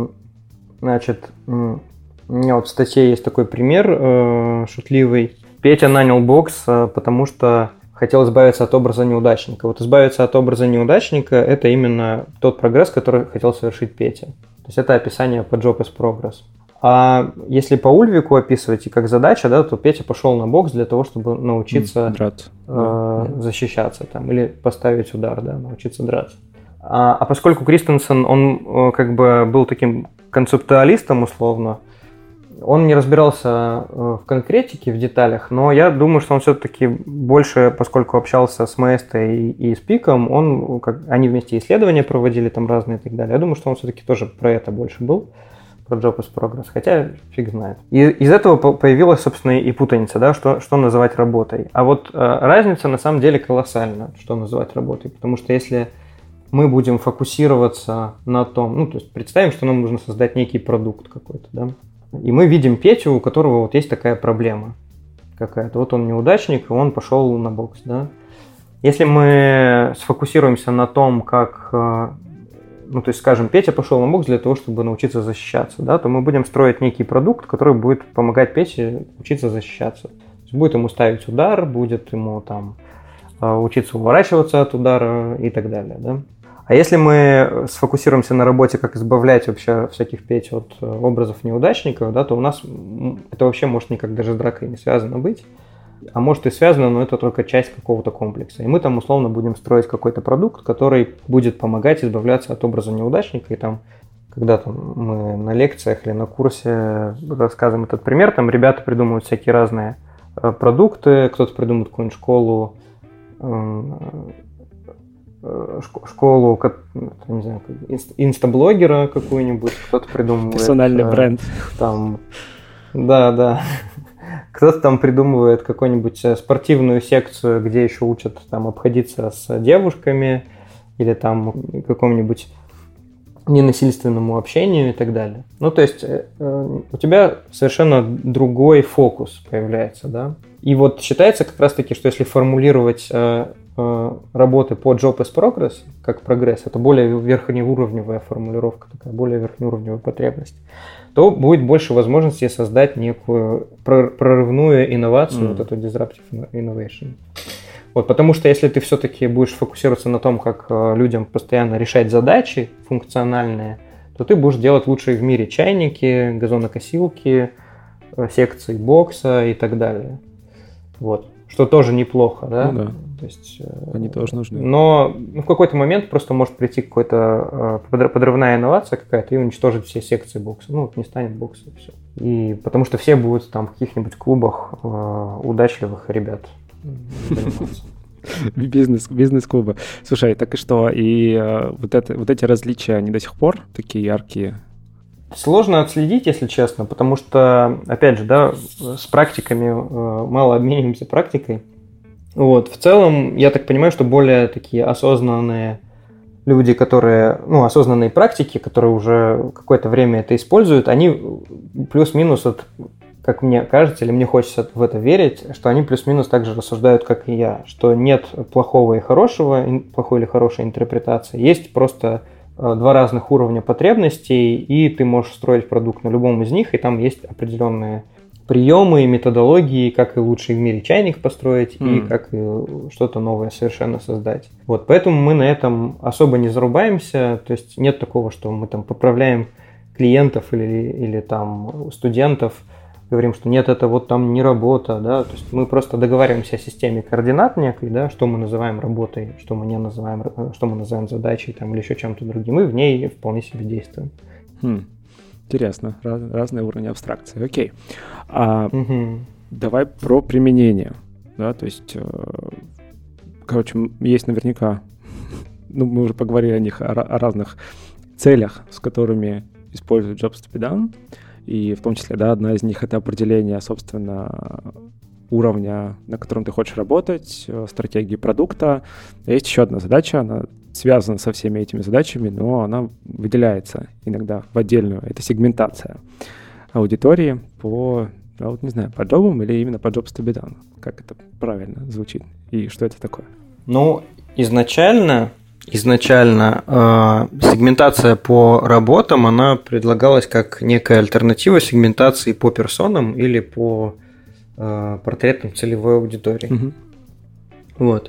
значит, у меня вот в статье есть такой пример э, шутливый. Петя нанял бокс, э, потому что хотел избавиться от образа неудачника. Вот избавиться от образа неудачника – это именно тот прогресс, который хотел совершить Петя. То есть это описание по job as progress. А если по Ульвику описывать и как задача, да, то Петя пошел на бокс для того, чтобы научиться драться, э, защищаться там, или поставить удар, да, научиться драться. А, а поскольку Кристенсен, он э, как бы был таким концептуалистом условно, он не разбирался в конкретике, в деталях, но я думаю, что он все-таки больше, поскольку общался с Маэсто и, и с Пиком, он, как, они вместе исследования проводили там разные и так далее. Я думаю, что он все-таки тоже про это больше был, про job as progress, хотя фиг знает. И из этого появилась, собственно, и путаница, да, что, что называть работой. А вот э, разница на самом деле колоссальна, что называть работой, потому что если мы будем фокусироваться на том, ну, то есть представим, что нам нужно создать некий продукт какой-то, да, и мы видим Петю, у которого вот есть такая проблема какая-то. Вот он неудачник, и он пошел на бокс, да. Если мы сфокусируемся на том, как, ну, то есть, скажем, Петя пошел на бокс для того, чтобы научиться защищаться, да, то мы будем строить некий продукт, который будет помогать Пете учиться защищаться. То есть будет ему ставить удар, будет ему там учиться уворачиваться от удара и так далее, да. А если мы сфокусируемся на работе, как избавлять вообще всяких Петь от образов неудачников, да, то у нас это вообще может никак даже с дракой не связано быть. А может и связано, но это только часть какого-то комплекса. И мы там условно будем строить какой-то продукт, который будет помогать избавляться от образа неудачника. И там, когда там мы на лекциях или на курсе рассказываем этот пример, там ребята придумывают всякие разные продукты, кто-то придумает какую-нибудь школу, школу, не знаю, инстаблогера какую-нибудь, кто-то придумывает. Персональный э, бренд. Там, да, да. Кто-то там придумывает какую-нибудь спортивную секцию, где еще учат там обходиться с девушками или там какому-нибудь ненасильственному общению и так далее. Ну, то есть э, у тебя совершенно другой фокус появляется, да. И вот считается как раз-таки, что если формулировать э, работы по job as progress, как прогресс, это более верхнеуровневая формулировка, такая более верхнеуровневая потребность, то будет больше возможностей создать некую прорывную инновацию, mm. вот эту disruptive innovation. Вот, потому что если ты все-таки будешь фокусироваться на том, как людям постоянно решать задачи функциональные, то ты будешь делать лучшие в мире чайники, газонокосилки, секции бокса и так далее. Вот. Что тоже неплохо, да? Ну да. То есть, они тоже нужны. Но в какой-то момент просто может прийти какая-то подрывная инновация какая-то и уничтожить все секции бокса. Ну, не станет бокса и все. И потому что все будут там в каких-нибудь клубах удачливых ребят заниматься. Бизнес, бизнес-клубы. Слушай, так и что? И э, вот, это, вот эти различия, они до сих пор такие яркие? Сложно отследить, если честно, потому что, опять же, да, с практиками э, мало обмениваемся практикой. Вот, в целом, я так понимаю, что более такие осознанные люди, которые, ну, осознанные практики, которые уже какое-то время это используют, они плюс-минус от... как мне кажется, или мне хочется в это верить, что они плюс-минус так же рассуждают, как и я, что нет плохого и хорошего, плохой или хорошей интерпретации, есть просто два разных уровня потребностей, и ты можешь строить продукт на любом из них, и там есть определенные приемы, методологии, как и лучший в мире чайник построить, mm. и как и что-то новое совершенно создать. Вот, поэтому мы на этом особо не зарубаемся, то есть нет такого, что мы там поправляем клиентов или, или там студентов, говорим, что нет, это вот там не работа, да, то есть мы просто договариваемся о системе координат некой, да, что мы называем работой, что мы не называем, что мы называем задачей там, или еще чем-то другим, и в ней вполне себе действуем. Хм. Интересно, Раз, разные уровни абстракции, окей. А, угу. Давай про применение, да, то есть, короче, есть наверняка, ну, мы уже поговорили о них, о, о разных целях, с которыми используют Jobs to be done. И в том числе, да, одна из них — это определение, собственно, уровня, на котором ты хочешь работать, стратегии продукта. Есть еще одна задача, она связана со всеми этими задачами, но она выделяется иногда в отдельную. Это сегментация аудитории по, ну, вот не знаю, по джобам или именно по Jobs to be done. Как это правильно звучит? И что это такое? Ну, изначально... Изначально э, сегментация по работам, она предлагалась как некая альтернатива сегментации по персонам или по э, портретам целевой аудитории. Mm-hmm. Вот.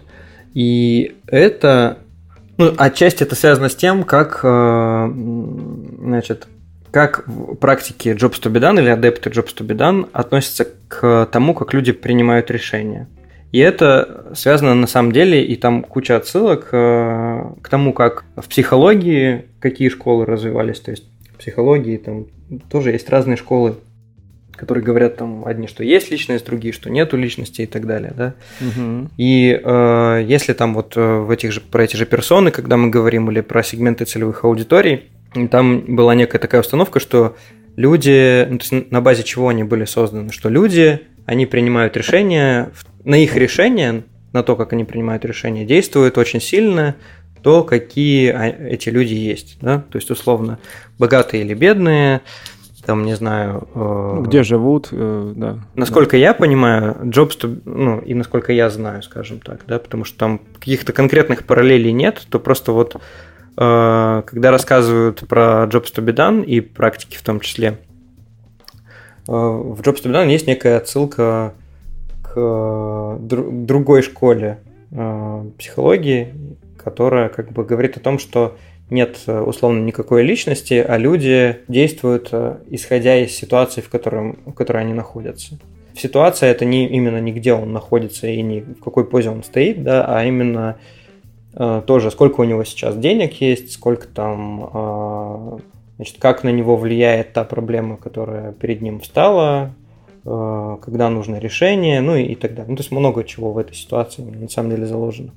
И это, ну, отчасти это связано с тем, как, э, значит, как практики Jobs to be done или адепты Jobs to be done относятся к тому, как люди принимают решения. И это связано на самом деле, и там куча отсылок э, к тому, как в психологии, какие школы развивались. То есть в психологии там тоже есть разные школы, которые говорят там одни, что есть личность, другие, что нету личности и так далее. Да? Угу. И э, если там вот в этих же, про эти же персоны, когда мы говорим, или про сегменты целевых аудиторий, там была некая такая установка, что люди, ну, то есть на базе чего они были созданы, что люди, они принимают решения, на их решения, на то, как они принимают решения, действует очень сильно то, какие эти люди есть. Да? То есть, условно, богатые или бедные, там, не знаю... Где живут, э, да. Насколько да. я понимаю, Jobs to, ну, и насколько я знаю, скажем так, да, потому что там каких-то конкретных параллелей нет, то просто вот, э, когда рассказывают про Jobs to be done и практики в том числе, э, в Jobs to be done есть некая отсылка к другой школе э, психологии, которая как бы говорит о том, что нет условно никакой личности, а люди действуют э, исходя из ситуации, в, котором, в которой они находятся. Ситуация – это не именно не где он находится и не в какой позе он стоит, да, а именно э, тоже сколько у него сейчас денег есть, сколько там, э, значит, как на него влияет та проблема, которая перед ним встала, когда нужно решение, ну и, и так далее. Ну, то есть много чего в этой ситуации на самом деле заложено.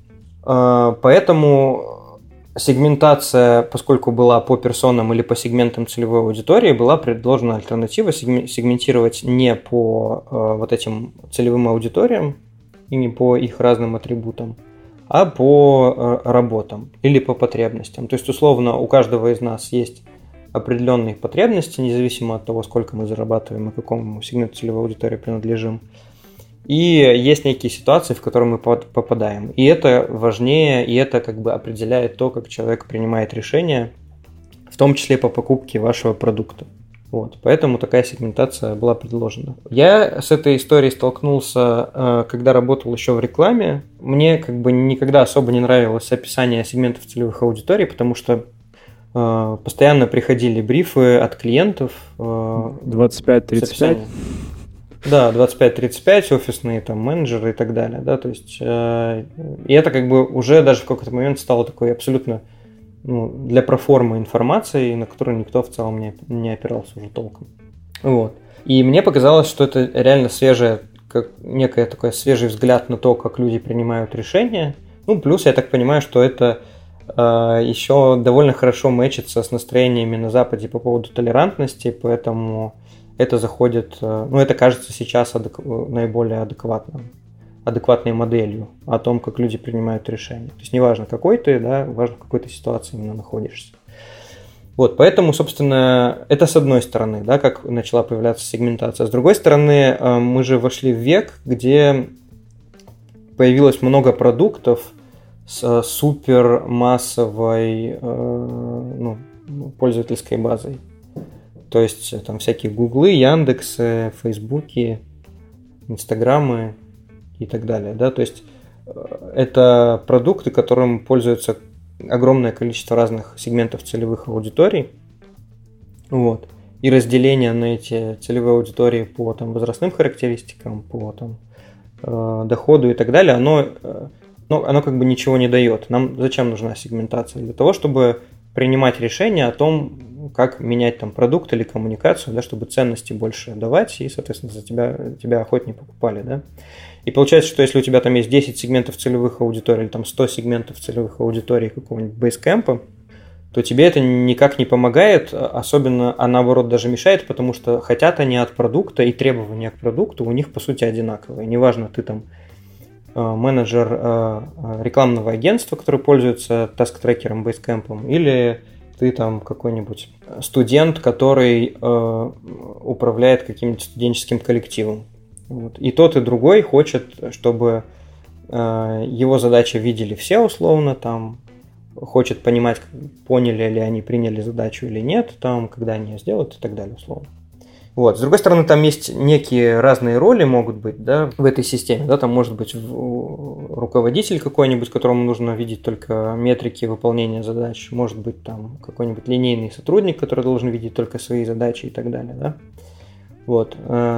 Поэтому сегментация, поскольку была по персонам или по сегментам целевой аудитории, была предложена альтернатива сегментировать не по вот этим целевым аудиториям и не по их разным атрибутам, а по работам или по потребностям. То есть, условно, у каждого из нас есть определенные потребности, независимо от того, сколько мы зарабатываем и какому сегменту целевой аудитории принадлежим. И есть некие ситуации, в которые мы попадаем. И это важнее, и это как бы определяет то, как человек принимает решения, в том числе по покупке вашего продукта. Вот, поэтому такая сегментация была предложена. Я с этой историей столкнулся, когда работал еще в рекламе. Мне как бы никогда особо не нравилось описание сегментов целевых аудиторий, потому что э, постоянно приходили брифы от клиентов. Э, двадцать пять тридцать пять Да, двадцать пять тридцать пять, офисные там менеджеры и так далее. Да, то есть, э, и это как бы уже даже в какой-то момент стало такой абсолютно ну, для проформы информации, на которую никто в целом не, не опирался уже толком. Вот. И мне показалось, что это реально свежее, как некое такой свежий взгляд на то, как люди принимают решения. Ну, плюс я так понимаю, что это э, еще довольно хорошо мэчится с настроениями на Западе по поводу толерантности, поэтому это заходит, э, ну, это кажется сейчас адек- наиболее адекватным. адекватной моделью о том, как люди принимают решения. То есть неважно, какой ты, да, важно, в какой ты ситуации именно находишься. Вот, поэтому, собственно, это с одной стороны, да, как начала появляться сегментация. С другой стороны, мы же вошли в век, где появилось много продуктов с супермассовой ну, пользовательской базой. То есть там всякие Гуглы, Яндексы, Фейсбуки, Инстаграмы и так далее, да, то есть это продукты, которым пользуется огромное количество разных сегментов целевых аудиторий, вот, и разделение на эти целевые аудитории по там возрастным характеристикам, по там доходу и так далее, оно, ну, оно как бы ничего не дает. Нам зачем нужна сегментация? Для того, чтобы принимать решения о том, как менять там продукт или коммуникацию, да, чтобы ценности больше давать, и, соответственно, за тебя, тебя охотнее покупали, да. И получается, что если у тебя там есть десять сегментов целевых аудиторий или там сто сегментов целевых аудиторий какого-нибудь Basecamp, то тебе это никак не помогает, особенно, а наоборот даже мешает, потому что хотят они от продукта, и требования к продукту у них по сути одинаковые. Неважно, ты там менеджер рекламного агентства, который пользуется таск-трекером Basecamp, или ты там какой-нибудь студент, который управляет каким-нибудь студенческим коллективом. Вот. И тот, и другой хочет, чтобы э, его задачи видели все условно, там, хочет понимать, поняли ли они, приняли задачу или нет, там, когда они ее сделают и так далее, условно. Вот. С другой стороны, там есть некие разные роли могут быть, да, в этой системе. Да, там может быть руководитель какой-нибудь, которому нужно видеть только метрики выполнения задач, может быть там какой-нибудь линейный сотрудник, который должен видеть только свои задачи и так далее. Да. Вот.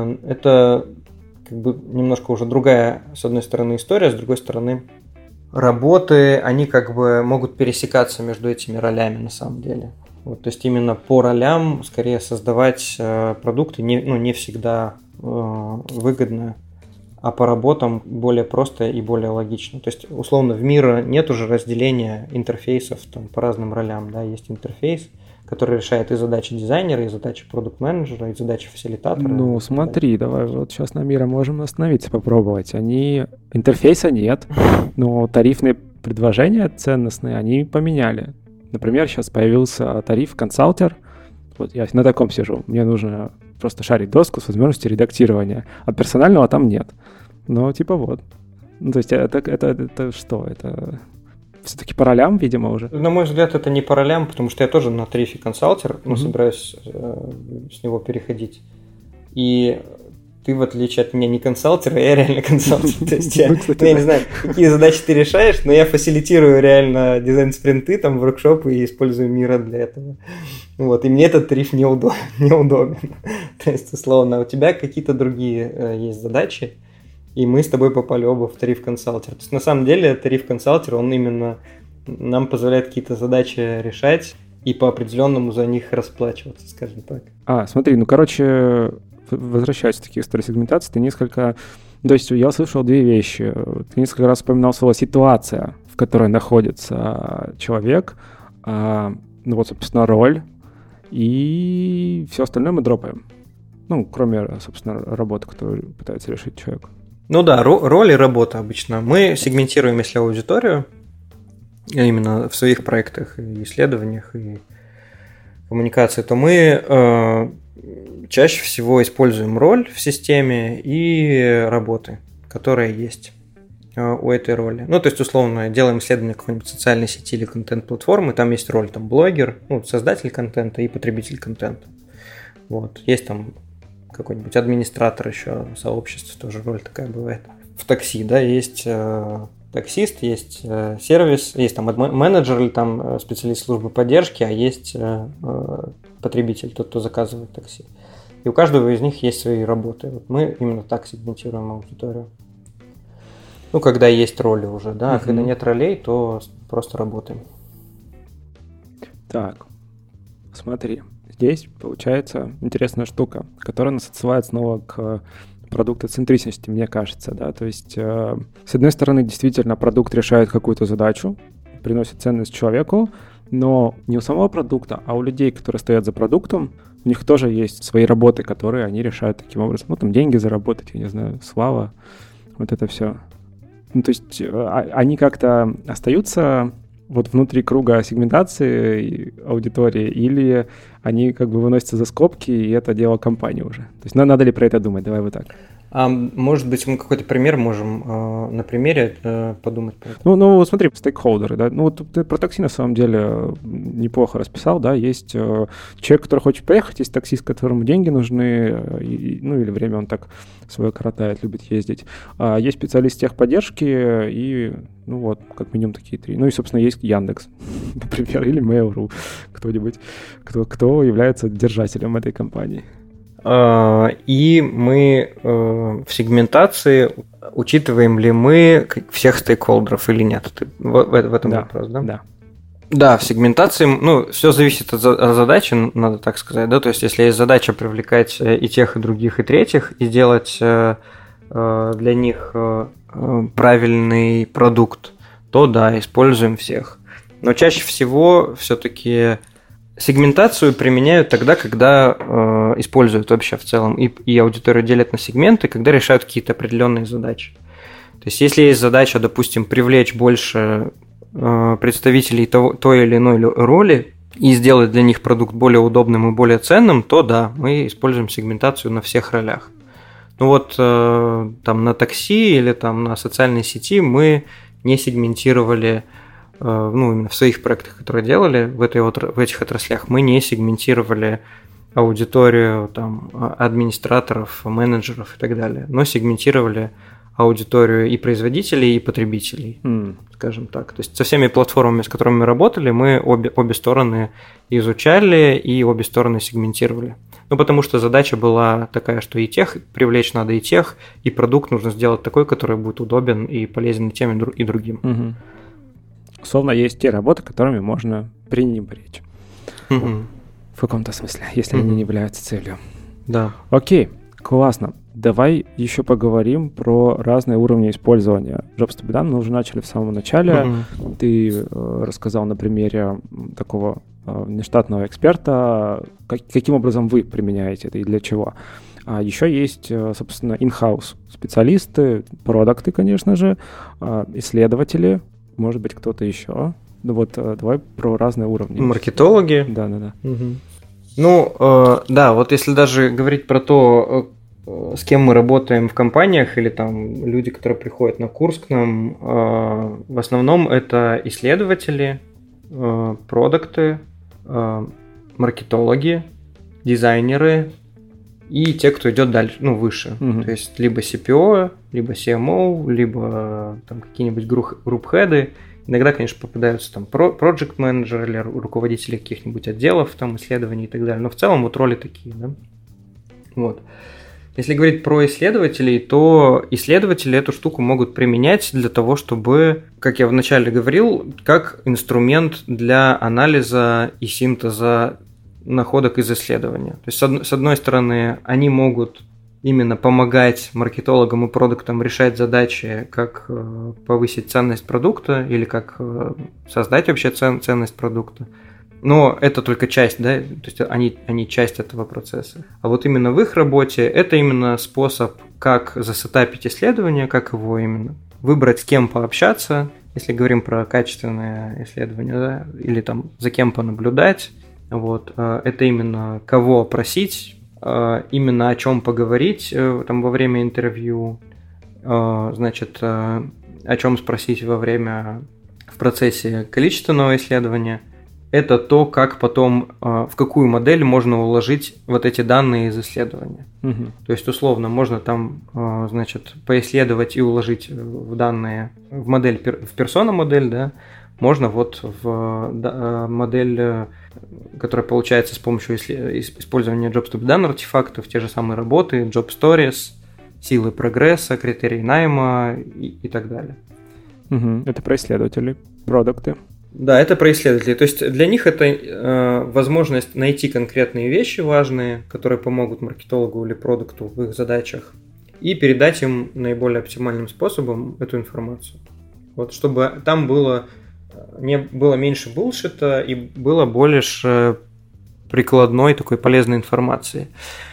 Это как бы немножко уже другая, с одной стороны, история, с другой стороны, работы, они как бы могут пересекаться между этими ролями на самом деле. Вот, то есть именно по ролям скорее создавать э, продукты не, ну, не всегда э, выгодно, а по работам более просто и более логично. То есть, условно, в мире нет уже разделения интерфейсов там, по разным ролям. Да? Есть интерфейс, который решает и задачи дизайнера, и задачи продукт-менеджера, и задачи фасилитатора. Ну, смотри, давай вот сейчас на Мира можем остановиться, попробовать. Они... Интерфейса нет, но тарифные предложения ценностные они поменяли. Например, сейчас появился тариф консалтер. Вот я на таком сижу. Мне нужно просто шарить доску с возможностью редактирования. А персонального там нет. Но типа вот. Ну, то есть это, это, это, это что? Это... Все-таки по ролям, видимо, уже? На мой взгляд, это не по ролям, потому что я тоже на тарифе консалтер, но mm-hmm. собираюсь э, с него переходить. И ты, в отличие от меня, не консалтер, а я реально консалтер. То есть я не знаю, какие задачи ты решаешь, но я фасилитирую реально дизайн-спринты, там, воркшопы и использую Мира для этого. Вот, и мне этот тариф неудобен. То есть, условно, у тебя какие-то другие есть задачи, и мы с тобой попали оба в тариф консалтер. То есть, на самом деле, тариф консалтер, он именно нам позволяет какие-то задачи решать и по определенному за них расплачиваться, скажем так. А, смотри, ну, короче, возвращаясь к таких историй сегментации, ты несколько... То есть, я слышал две вещи. Ты несколько раз упоминал слово «ситуация», в которой находится человек, а, ну, вот, собственно, роль, и все остальное мы дропаем. Ну, кроме, собственно, работы, которую пытается решить человек. Ну да, роль и работа обычно. Мы сегментируем, если аудиторию, именно в своих проектах и исследованиях, и коммуникации, то мы э, чаще всего используем роль в системе и работы, которые есть э, у этой роли. Ну, то есть, условно, делаем исследование какой-нибудь социальной сети или контент-платформы, там есть роль там, блогер, ну, создатель контента и потребитель контента. Вот. Есть там какой-нибудь администратор еще сообщества, тоже роль такая бывает. В такси, да, есть э, таксист, есть э, сервис, есть там менеджер или там э, специалист службы поддержки, а есть э, э, потребитель, тот, кто заказывает такси. И у каждого из них есть свои работы. Вот мы именно так сегментируем аудиторию. Ну, когда есть роли уже, да, а uh-huh. когда нет ролей, то просто работаем. Так, смотри, здесь получается интересная штука, которая нас отсылает снова к продуктоцентричности, мне кажется, да, то есть, э, с одной стороны, действительно, продукт решает какую-то задачу, приносит ценность человеку, но не у самого продукта, а у людей, которые стоят за продуктом, у них тоже есть свои работы, которые они решают таким образом. Ну, там, деньги заработать, я не знаю, слава, вот это все. Ну, то есть, э, они как-то остаются вот внутри круга сегментации аудитории, или они как бы выносятся за скобки, и это дело компании уже? То есть надо ли про это думать? Давай вот так. А может быть, мы какой-то пример можем э, на примере э, подумать про это? Ну, ну, смотри, стейкхолдеры, да, ну, вот ты про такси на самом деле неплохо расписал, да, есть э, человек, который хочет поехать, есть таксист, которому деньги нужны, и, ну, или время он так свое коротает, любит ездить. А есть специалист техподдержки, и, ну, вот, как минимум такие три. Ну, и, собственно, есть Яндекс, например, или Mail.ru, кто-нибудь, кто, кто является держателем этой компании. И мы в сегментации учитываем ли мы всех стейкхолдеров или нет? В, в этом да, вопрос, да? Да. Да, в сегментации, ну, все зависит от задачи, надо так сказать, да, то есть если есть задача привлекать и тех, и других, и третьих, и сделать для них правильный продукт, то да, используем всех. Но чаще всего все-таки сегментацию применяют тогда, когда э, используют вообще в целом, и, и аудиторию делят на сегменты, когда решают какие-то определенные задачи. То есть, если есть задача, допустим, привлечь больше э, представителей того, той или иной роли и сделать для них продукт более удобным и более ценным, то да, мы используем сегментацию на всех ролях. Ну вот э, там на такси или там на социальной сети мы не сегментировали, ну, именно в своих проектах, которые делали в, этой, в этих отраслях, мы не сегментировали аудиторию там, администраторов, менеджеров и так далее, но сегментировали аудиторию и производителей, и потребителей, mm. скажем так. То есть со всеми платформами, с которыми мы работали, мы обе, обе стороны изучали и обе стороны сегментировали. Ну, потому что задача была такая, что и тех привлечь надо, и тех, и продукт нужно сделать такой, который будет удобен и полезен и тем, и другим. Mm-hmm. Условно, есть те работы, которыми можно пренебречь. Mm-hmm. В каком-то смысле, если mm-hmm. они не являются целью. Да. Окей, классно. Давай еще поговорим про разные уровни использования Jobs to be done. Мы уже начали в самом начале. Mm-hmm. Ты э, рассказал на примере такого э, нештатного эксперта, как, каким образом вы применяете это и для чего. А еще есть, собственно, in-house специалисты, продукты, конечно же, исследователи, может быть, кто-то еще. Ну вот, давай про разные уровни. Маркетологи. Да, да, да. Угу. Ну, э, да, вот если даже говорить про то, э, с кем мы работаем в компаниях, или там люди, которые приходят на курс к нам, э, в основном это исследователи, э, продукты, э, маркетологи, дизайнеры и те, кто идет дальше, ну, выше. Угу. То есть либо си пи о, либо си эм о, либо там какие-нибудь групп-хеды. Иногда, конечно, попадаются там проект-менеджеры или руководители каких-нибудь отделов, там, исследований и так далее. Но в целом вот роли такие, да. Вот. Если говорить про исследователей, то исследователи эту штуку могут применять для того, чтобы, как я вначале говорил, как инструмент для анализа и синтеза находок из исследования. То есть, с одной стороны, они могут именно помогать маркетологам и продуктам решать задачи, как повысить ценность продукта или как создать вообще цен, ценность продукта. Но это только часть, да, то есть они, они часть этого процесса. А вот именно в их работе это именно способ, как засетапить исследование, как его именно выбрать, с кем пообщаться, если говорим про качественное исследование, да, или там за кем понаблюдать. Вот, это именно кого опросить, именно о чем поговорить там во время интервью, значит, о чем спросить во время, в процессе количественного исследования это то, как потом, в какую модель можно уложить вот эти данные из исследования. Угу. То есть, условно, можно там, значит, поисследовать и уложить в данные в модель, в персона-модель, да, можно вот в модель, которая получается с помощью использования Jobs-to-be-done артефактов, те же самые работы, Job Stories, силы прогресса, критерии найма и, и так далее. Угу. Это про исследователей, продукты. Да, это про исследователей. То есть для них это э, возможность найти конкретные вещи важные, которые помогут маркетологу или продукту в их задачах, и передать им наиболее оптимальным способом эту информацию. Вот, чтобы там было, не, было меньше булшита и было больше прикладной такой полезной информации.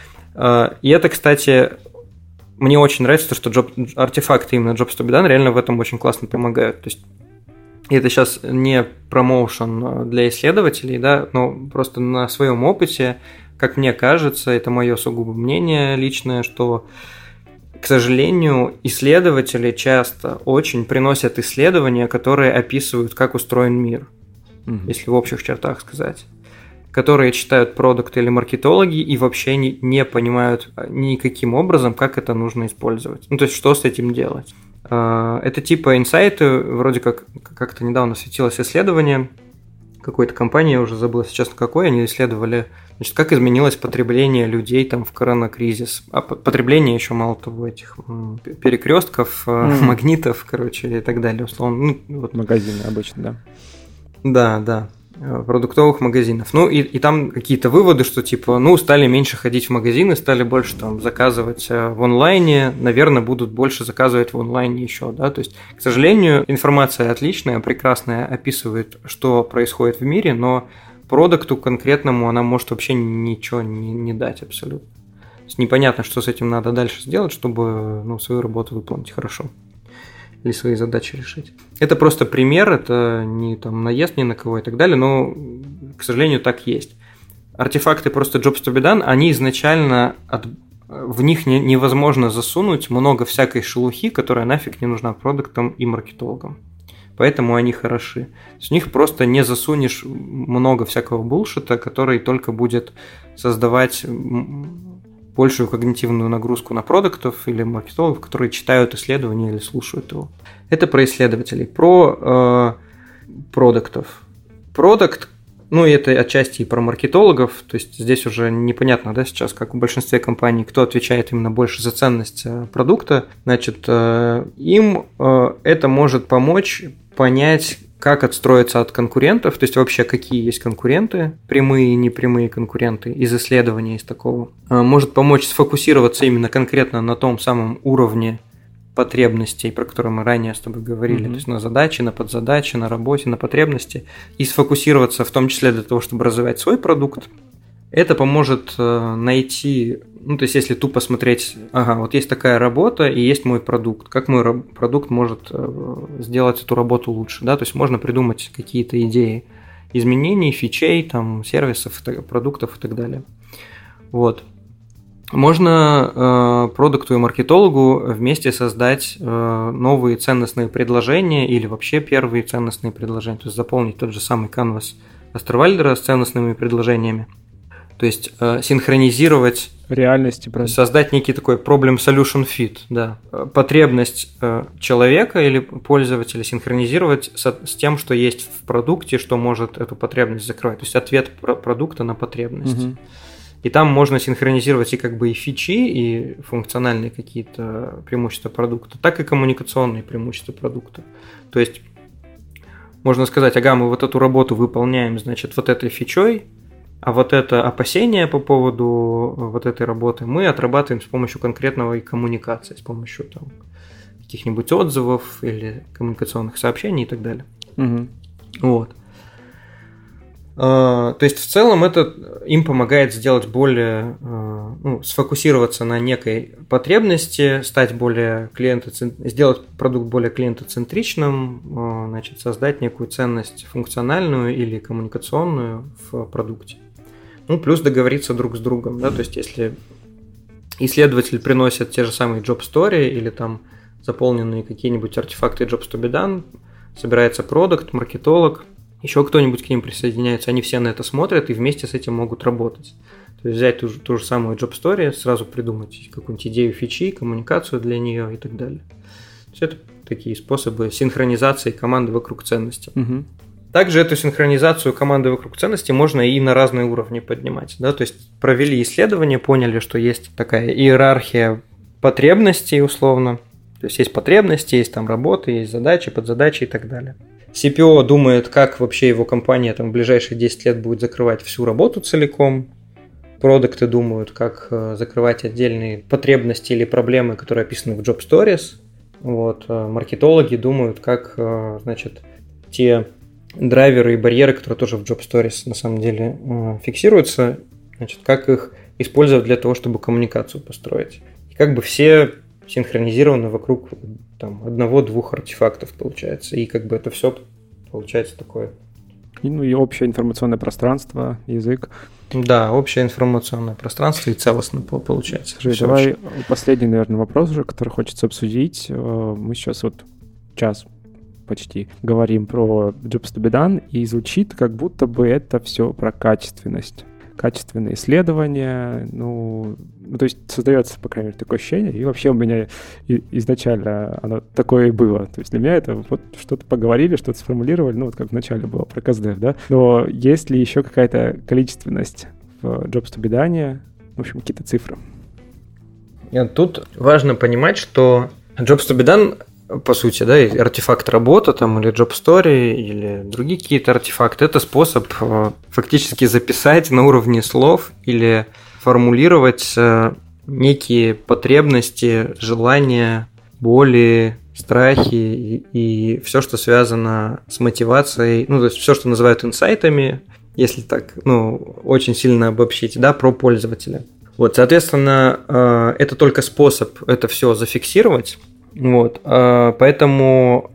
Э, и это, кстати, мне очень нравится, что job, артефакты именно Jobs-to-be-done реально в этом очень классно помогают. То есть это сейчас не промоушен для исследователей, да, но просто на своем опыте, как мне кажется, это мое сугубо мнение личное, что, к сожалению, исследователи часто очень приносят исследования, которые описывают, как устроен мир, mm-hmm. если в общих чертах сказать, которые читают продукты или маркетологи и вообще не, не понимают никаким образом, как это нужно использовать. Ну, то есть, что с этим делать. Это типа инсайты, вроде как как-то недавно светилось исследование какой-то компании, я уже забыл сейчас какой, они исследовали, значит, как изменилось потребление людей там в коронакризис. А потребление еще мало того этих перекрестков, mm. магнитов, короче, и так далее, условно. Ну, вот. Магазины обычно, да. Да, да. Продуктовых магазинов. Ну, и, и там какие-то выводы, что типа, ну, стали меньше ходить в магазины, стали больше там заказывать в онлайне, наверное, будут больше заказывать в онлайне еще, да, то есть, к сожалению, информация отличная, прекрасная, описывает, что происходит в мире, но продукту конкретному она может вообще ничего не, не дать абсолютно. То есть, непонятно, что с этим надо дальше сделать, чтобы, ну, свою работу выполнить хорошо. Или свои задачи решить. Это просто пример, это не там наезд ни на кого и так далее, но, к сожалению, так есть. Артефакты просто Jobs-to-be-done, они изначально, от, в них не, невозможно засунуть много всякой шелухи, которая нафиг не нужна продуктам и маркетологам. Поэтому они хороши. С них просто не засунешь много всякого булшита, который только будет создавать большую когнитивную нагрузку на продуктов или маркетологов, которые читают исследования или слушают его. Это про исследователей. Про э, продуктов. Продукт, ну и это отчасти и про маркетологов, то есть здесь уже непонятно, да, сейчас, как в большинстве компаний, кто отвечает именно больше за ценность продукта. Значит, э, им э, это может помочь понять, как отстроиться от конкурентов, то есть вообще какие есть конкуренты, прямые и непрямые конкуренты из исследования из такого. Может помочь сфокусироваться именно конкретно на том самом уровне потребностей, про которые мы ранее с тобой говорили, mm-hmm. то есть на задачи, на подзадачи, на работе, на потребности, и сфокусироваться в том числе для того, чтобы развивать свой продукт. Это поможет найти, ну, то есть если тупо смотреть, ага, вот есть такая работа и есть мой продукт, как мой раб- продукт может сделать эту работу лучше, да, то есть можно придумать какие-то идеи изменений, фичей, там, сервисов, продуктов и так далее. Вот. Можно э, продукту и маркетологу вместе создать э, новые ценностные предложения или вообще первые ценностные предложения, то есть заполнить тот же самый канвас Остервальдера с ценностными предложениями. То есть э, синхронизировать реальности, правда. Создать некий такой problem-solution fit, да. Потребность э, человека или пользователя синхронизировать с, с тем, что есть в продукте, что может эту потребность закрывать. То есть ответ про- продукта на потребность. Угу. И там можно синхронизировать и как бы и фичи, и функциональные какие-то преимущества продукта, так и коммуникационные преимущества продукта. То есть можно сказать, ага, мы вот эту работу выполняем, значит, вот этой фичой, а вот это опасение по поводу вот этой работы мы отрабатываем с помощью конкретного и коммуникации, с помощью там каких-нибудь отзывов или коммуникационных сообщений и так далее. Угу. Вот. То есть в целом это им помогает сделать более, ну, сфокусироваться на некой потребности, стать более клиентоцентричным, сделать продукт более клиентоцентричным, значит, создать некую ценность функциональную или коммуникационную в продукте. Ну, плюс договориться друг с другом, да, то есть если исследователь приносит те же самые job story или там заполненные какие-нибудь артефакты Jobs-to-be-done, собирается продукт, маркетолог, еще кто-нибудь к ним присоединяется, они все на это смотрят и вместе с этим могут работать. То есть взять ту же, ту же самую job story, сразу придумать какую-нибудь идею фичи, коммуникацию для нее и так далее. То есть это такие способы синхронизации команды вокруг ценностей. Угу. Также эту синхронизацию команды вокруг ценностей можно и на разные уровни поднимать. Да? То есть провели исследование, поняли, что есть такая иерархия потребностей условно. То есть есть потребности, есть там работы, есть задачи, подзадачи и так далее. си пи о думает, как вообще его компания там, в ближайшие десять лет будет закрывать всю работу целиком. Продукты думают, как закрывать отдельные потребности или проблемы, которые описаны в Job Stories. Вот. Маркетологи думают, как, значит, те драйверы и барьеры, которые тоже в Job Stories на самом деле фиксируются, значит, как их использовать для того, чтобы коммуникацию построить. И как бы все синхронизированы вокруг там, одного-двух артефактов, получается. И как бы это все получается такое. И, ну и общее информационное пространство, язык. Да, общее информационное пространство и целостно получается. Скажи, давай очень... последний, наверное, вопрос уже, который хочется обсудить. Мы сейчас вот час почти говорим про Jobs to be done, и звучит, как будто бы это все про качественность. Качественные исследования, ну, ну, то есть создается, по крайней мере, такое ощущение, и вообще у меня изначально оно такое и было. То есть для меня это вот что-то поговорили, что-то сформулировали, ну, вот как в начале было про КСДФ, да. Но есть ли еще какая-то количественность в Jobs to be done, в общем, какие-то цифры? Нет, тут важно понимать, что Jobs to be done, по сути, да, артефакт работы там, или job story, или другие какие-то артефакты, это способ фактически записать на уровне слов или формулировать некие потребности, желания, боли, страхи и, и все, что связано с мотивацией, ну, то есть все, что называют инсайтами, если так, ну, очень сильно обобщить, да, про пользователя. Вот, соответственно, это только способ это все зафиксировать. Вот, поэтому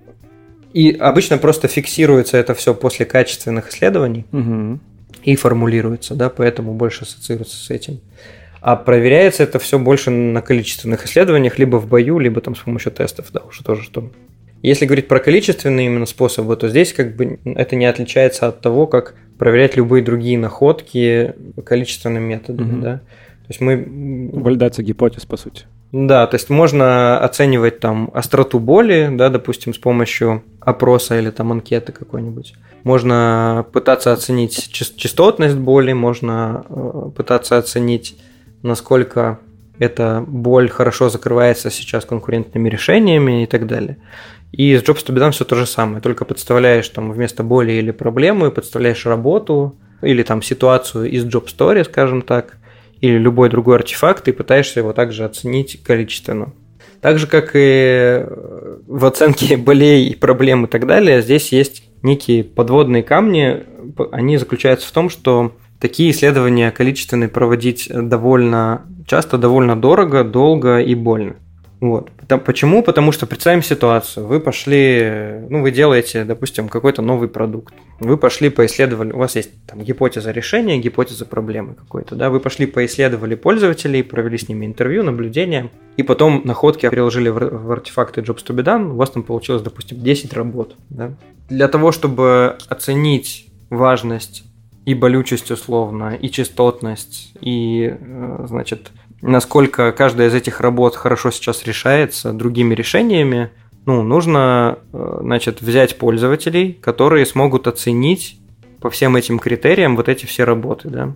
и обычно просто фиксируется это все после качественных исследований угу. и формулируется, да, поэтому больше ассоциируется с этим. А проверяется это все больше на количественных исследованиях, либо в бою, либо там с помощью тестов, да, уже тоже что. Если говорить про количественные именно способы, то здесь как бы это не отличается от того, как проверять любые другие находки количественным методом, угу. да. То есть мы... Валидация гипотез, по сути. Да, то есть можно оценивать там остроту боли, да, допустим, с помощью опроса или там анкеты какой-нибудь. Можно пытаться оценить частотность боли, можно пытаться оценить, насколько эта боль хорошо закрывается сейчас конкурентными решениями и так далее. И с Jobs to be done все то же самое, только подставляешь там вместо боли или проблемы, подставляешь работу или там ситуацию из Job Story, скажем так, или любой другой артефакт, и пытаешься его также оценить количественно. Так же, как и в оценке болей, проблем и так далее, здесь есть некие подводные камни. Они заключаются в том, что такие исследования количественные проводить довольно часто, довольно дорого, долго и больно. Вот. Почему? Потому что представим ситуацию. Вы пошли, ну, вы делаете, допустим, какой-то новый продукт. Вы пошли поисследовали, у вас есть там гипотеза решения, гипотеза проблемы какой-то, да, вы пошли поисследовали пользователей, провели с ними интервью, наблюдения, и потом находки переложили в артефакты Jobs to be done, у вас там получилось, допустим, десять работ, да. Для того, чтобы оценить важность и болючесть условно, и частотность, и, значит, насколько каждая из этих работ хорошо сейчас решается другими решениями, ну, нужно, значит, взять пользователей, которые смогут оценить по всем этим критериям вот эти все работы, да.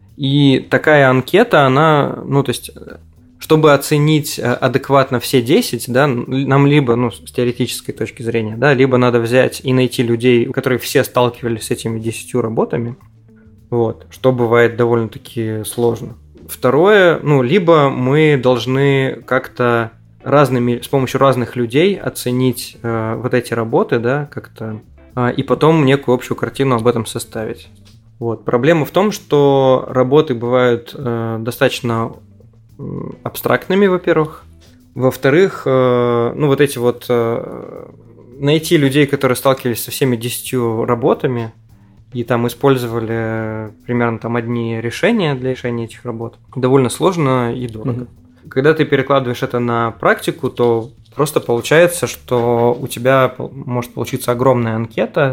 И такая анкета, она, ну, то есть, чтобы оценить адекватно все десять, да, нам либо, ну, с теоретической точки зрения, да, либо надо взять и найти людей, которые все сталкивались с этими десятью работами, вот, что бывает довольно-таки сложно. Второе, ну, либо мы должны как-то разными, с помощью разных людей оценить э, вот эти работы, да, как-то, э, и потом некую общую картину об этом составить. Вот. Проблема в том, что работы бывают э, достаточно абстрактными, во-первых. Во-вторых, э, ну, вот эти вот э, найти людей, которые сталкивались со всеми десятью работами, и там использовали примерно там одни решения для решения этих работ, довольно сложно и дорого. Mm-hmm. Когда ты перекладываешь это на практику, то просто получается, что у тебя может получиться огромная анкета,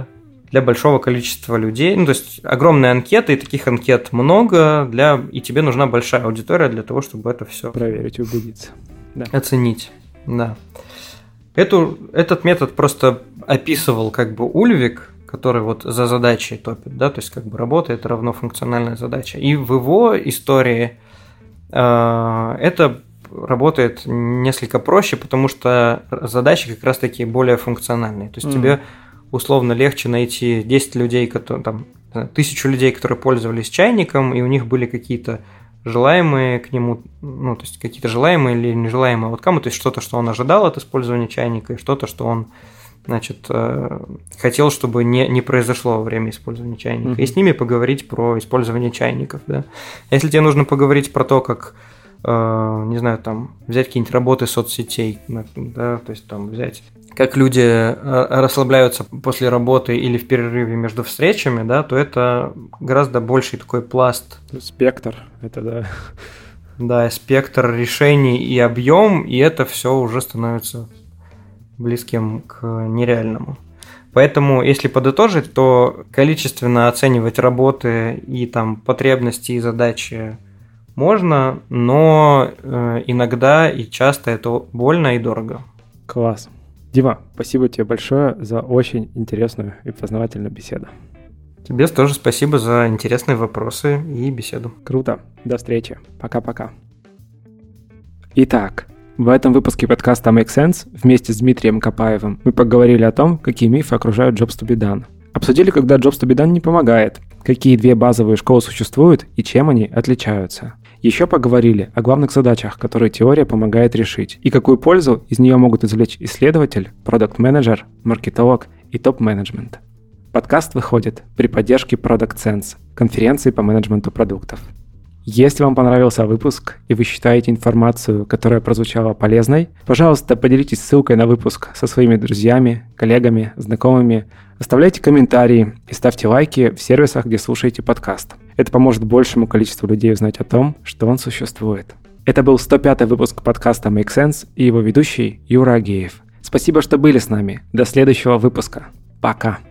для большого количества людей. Ну, то есть огромные анкеты, и таких анкет много, для... и тебе нужна большая аудитория для того, чтобы это все проверить и убедиться. Да. Оценить. Да. Эту, этот метод просто описывал как бы Ульвик, который вот за задачей топит, да, то есть как бы работа – это равно функциональная задача. И в его истории э, это работает несколько проще, потому что задачи как раз-таки более функциональные. То есть mm. тебе условно легче найти десять людей, которые, там, тысячу людей, которые пользовались чайником, и у них были какие-то желаемые к нему, ну, то есть какие-то желаемые или нежелаемые ауткамы, то есть что-то, что он ожидал от использования чайника, и что-то, что он, значит, хотел, чтобы не, не произошло во время использования чайника. Mm-hmm. И с ними поговорить про использование чайников, да. Если тебе нужно поговорить про то, как, не знаю, там, взять какие-нибудь работы соцсетей, да, то есть там взять, как люди расслабляются после работы или в перерыве между встречами, да, то это гораздо больший такой пласт. Спектр, это да. Да, спектр решений и объем, и это все уже становится близким к нереальному. Поэтому, если подытожить, то количественно оценивать работы и там потребности и задачи можно, но иногда и часто это больно и дорого. Класс. Дима, спасибо тебе большое за очень интересную и познавательную беседу. Тебе тоже спасибо за интересные вопросы и беседу. Круто. До встречи. Пока-пока. Итак, в этом выпуске подкаста Make Sense вместе с Дмитрием Копаевым мы поговорили о том, какие мифы окружают Jobs to be done. Обсудили, когда Jobs to be done не помогает, какие две базовые школы существуют и чем они отличаются. Еще поговорили о главных задачах, которые теория помогает решить, и какую пользу из нее могут извлечь исследователь, продакт-менеджер, маркетолог и топ-менеджмент. Подкаст выходит при поддержке Product Sense, конференции по менеджменту продуктов. Если вам понравился выпуск и вы считаете информацию, которая прозвучала полезной, пожалуйста, поделитесь ссылкой на выпуск со своими друзьями, коллегами, знакомыми, оставляйте комментарии и ставьте лайки в сервисах, где слушаете подкаст. Это поможет большему количеству людей узнать о том, что он существует. Это был сто пятый выпуск подкаста Make Sense и его ведущий Юра Агеев. Спасибо, что были с нами. До следующего выпуска. Пока.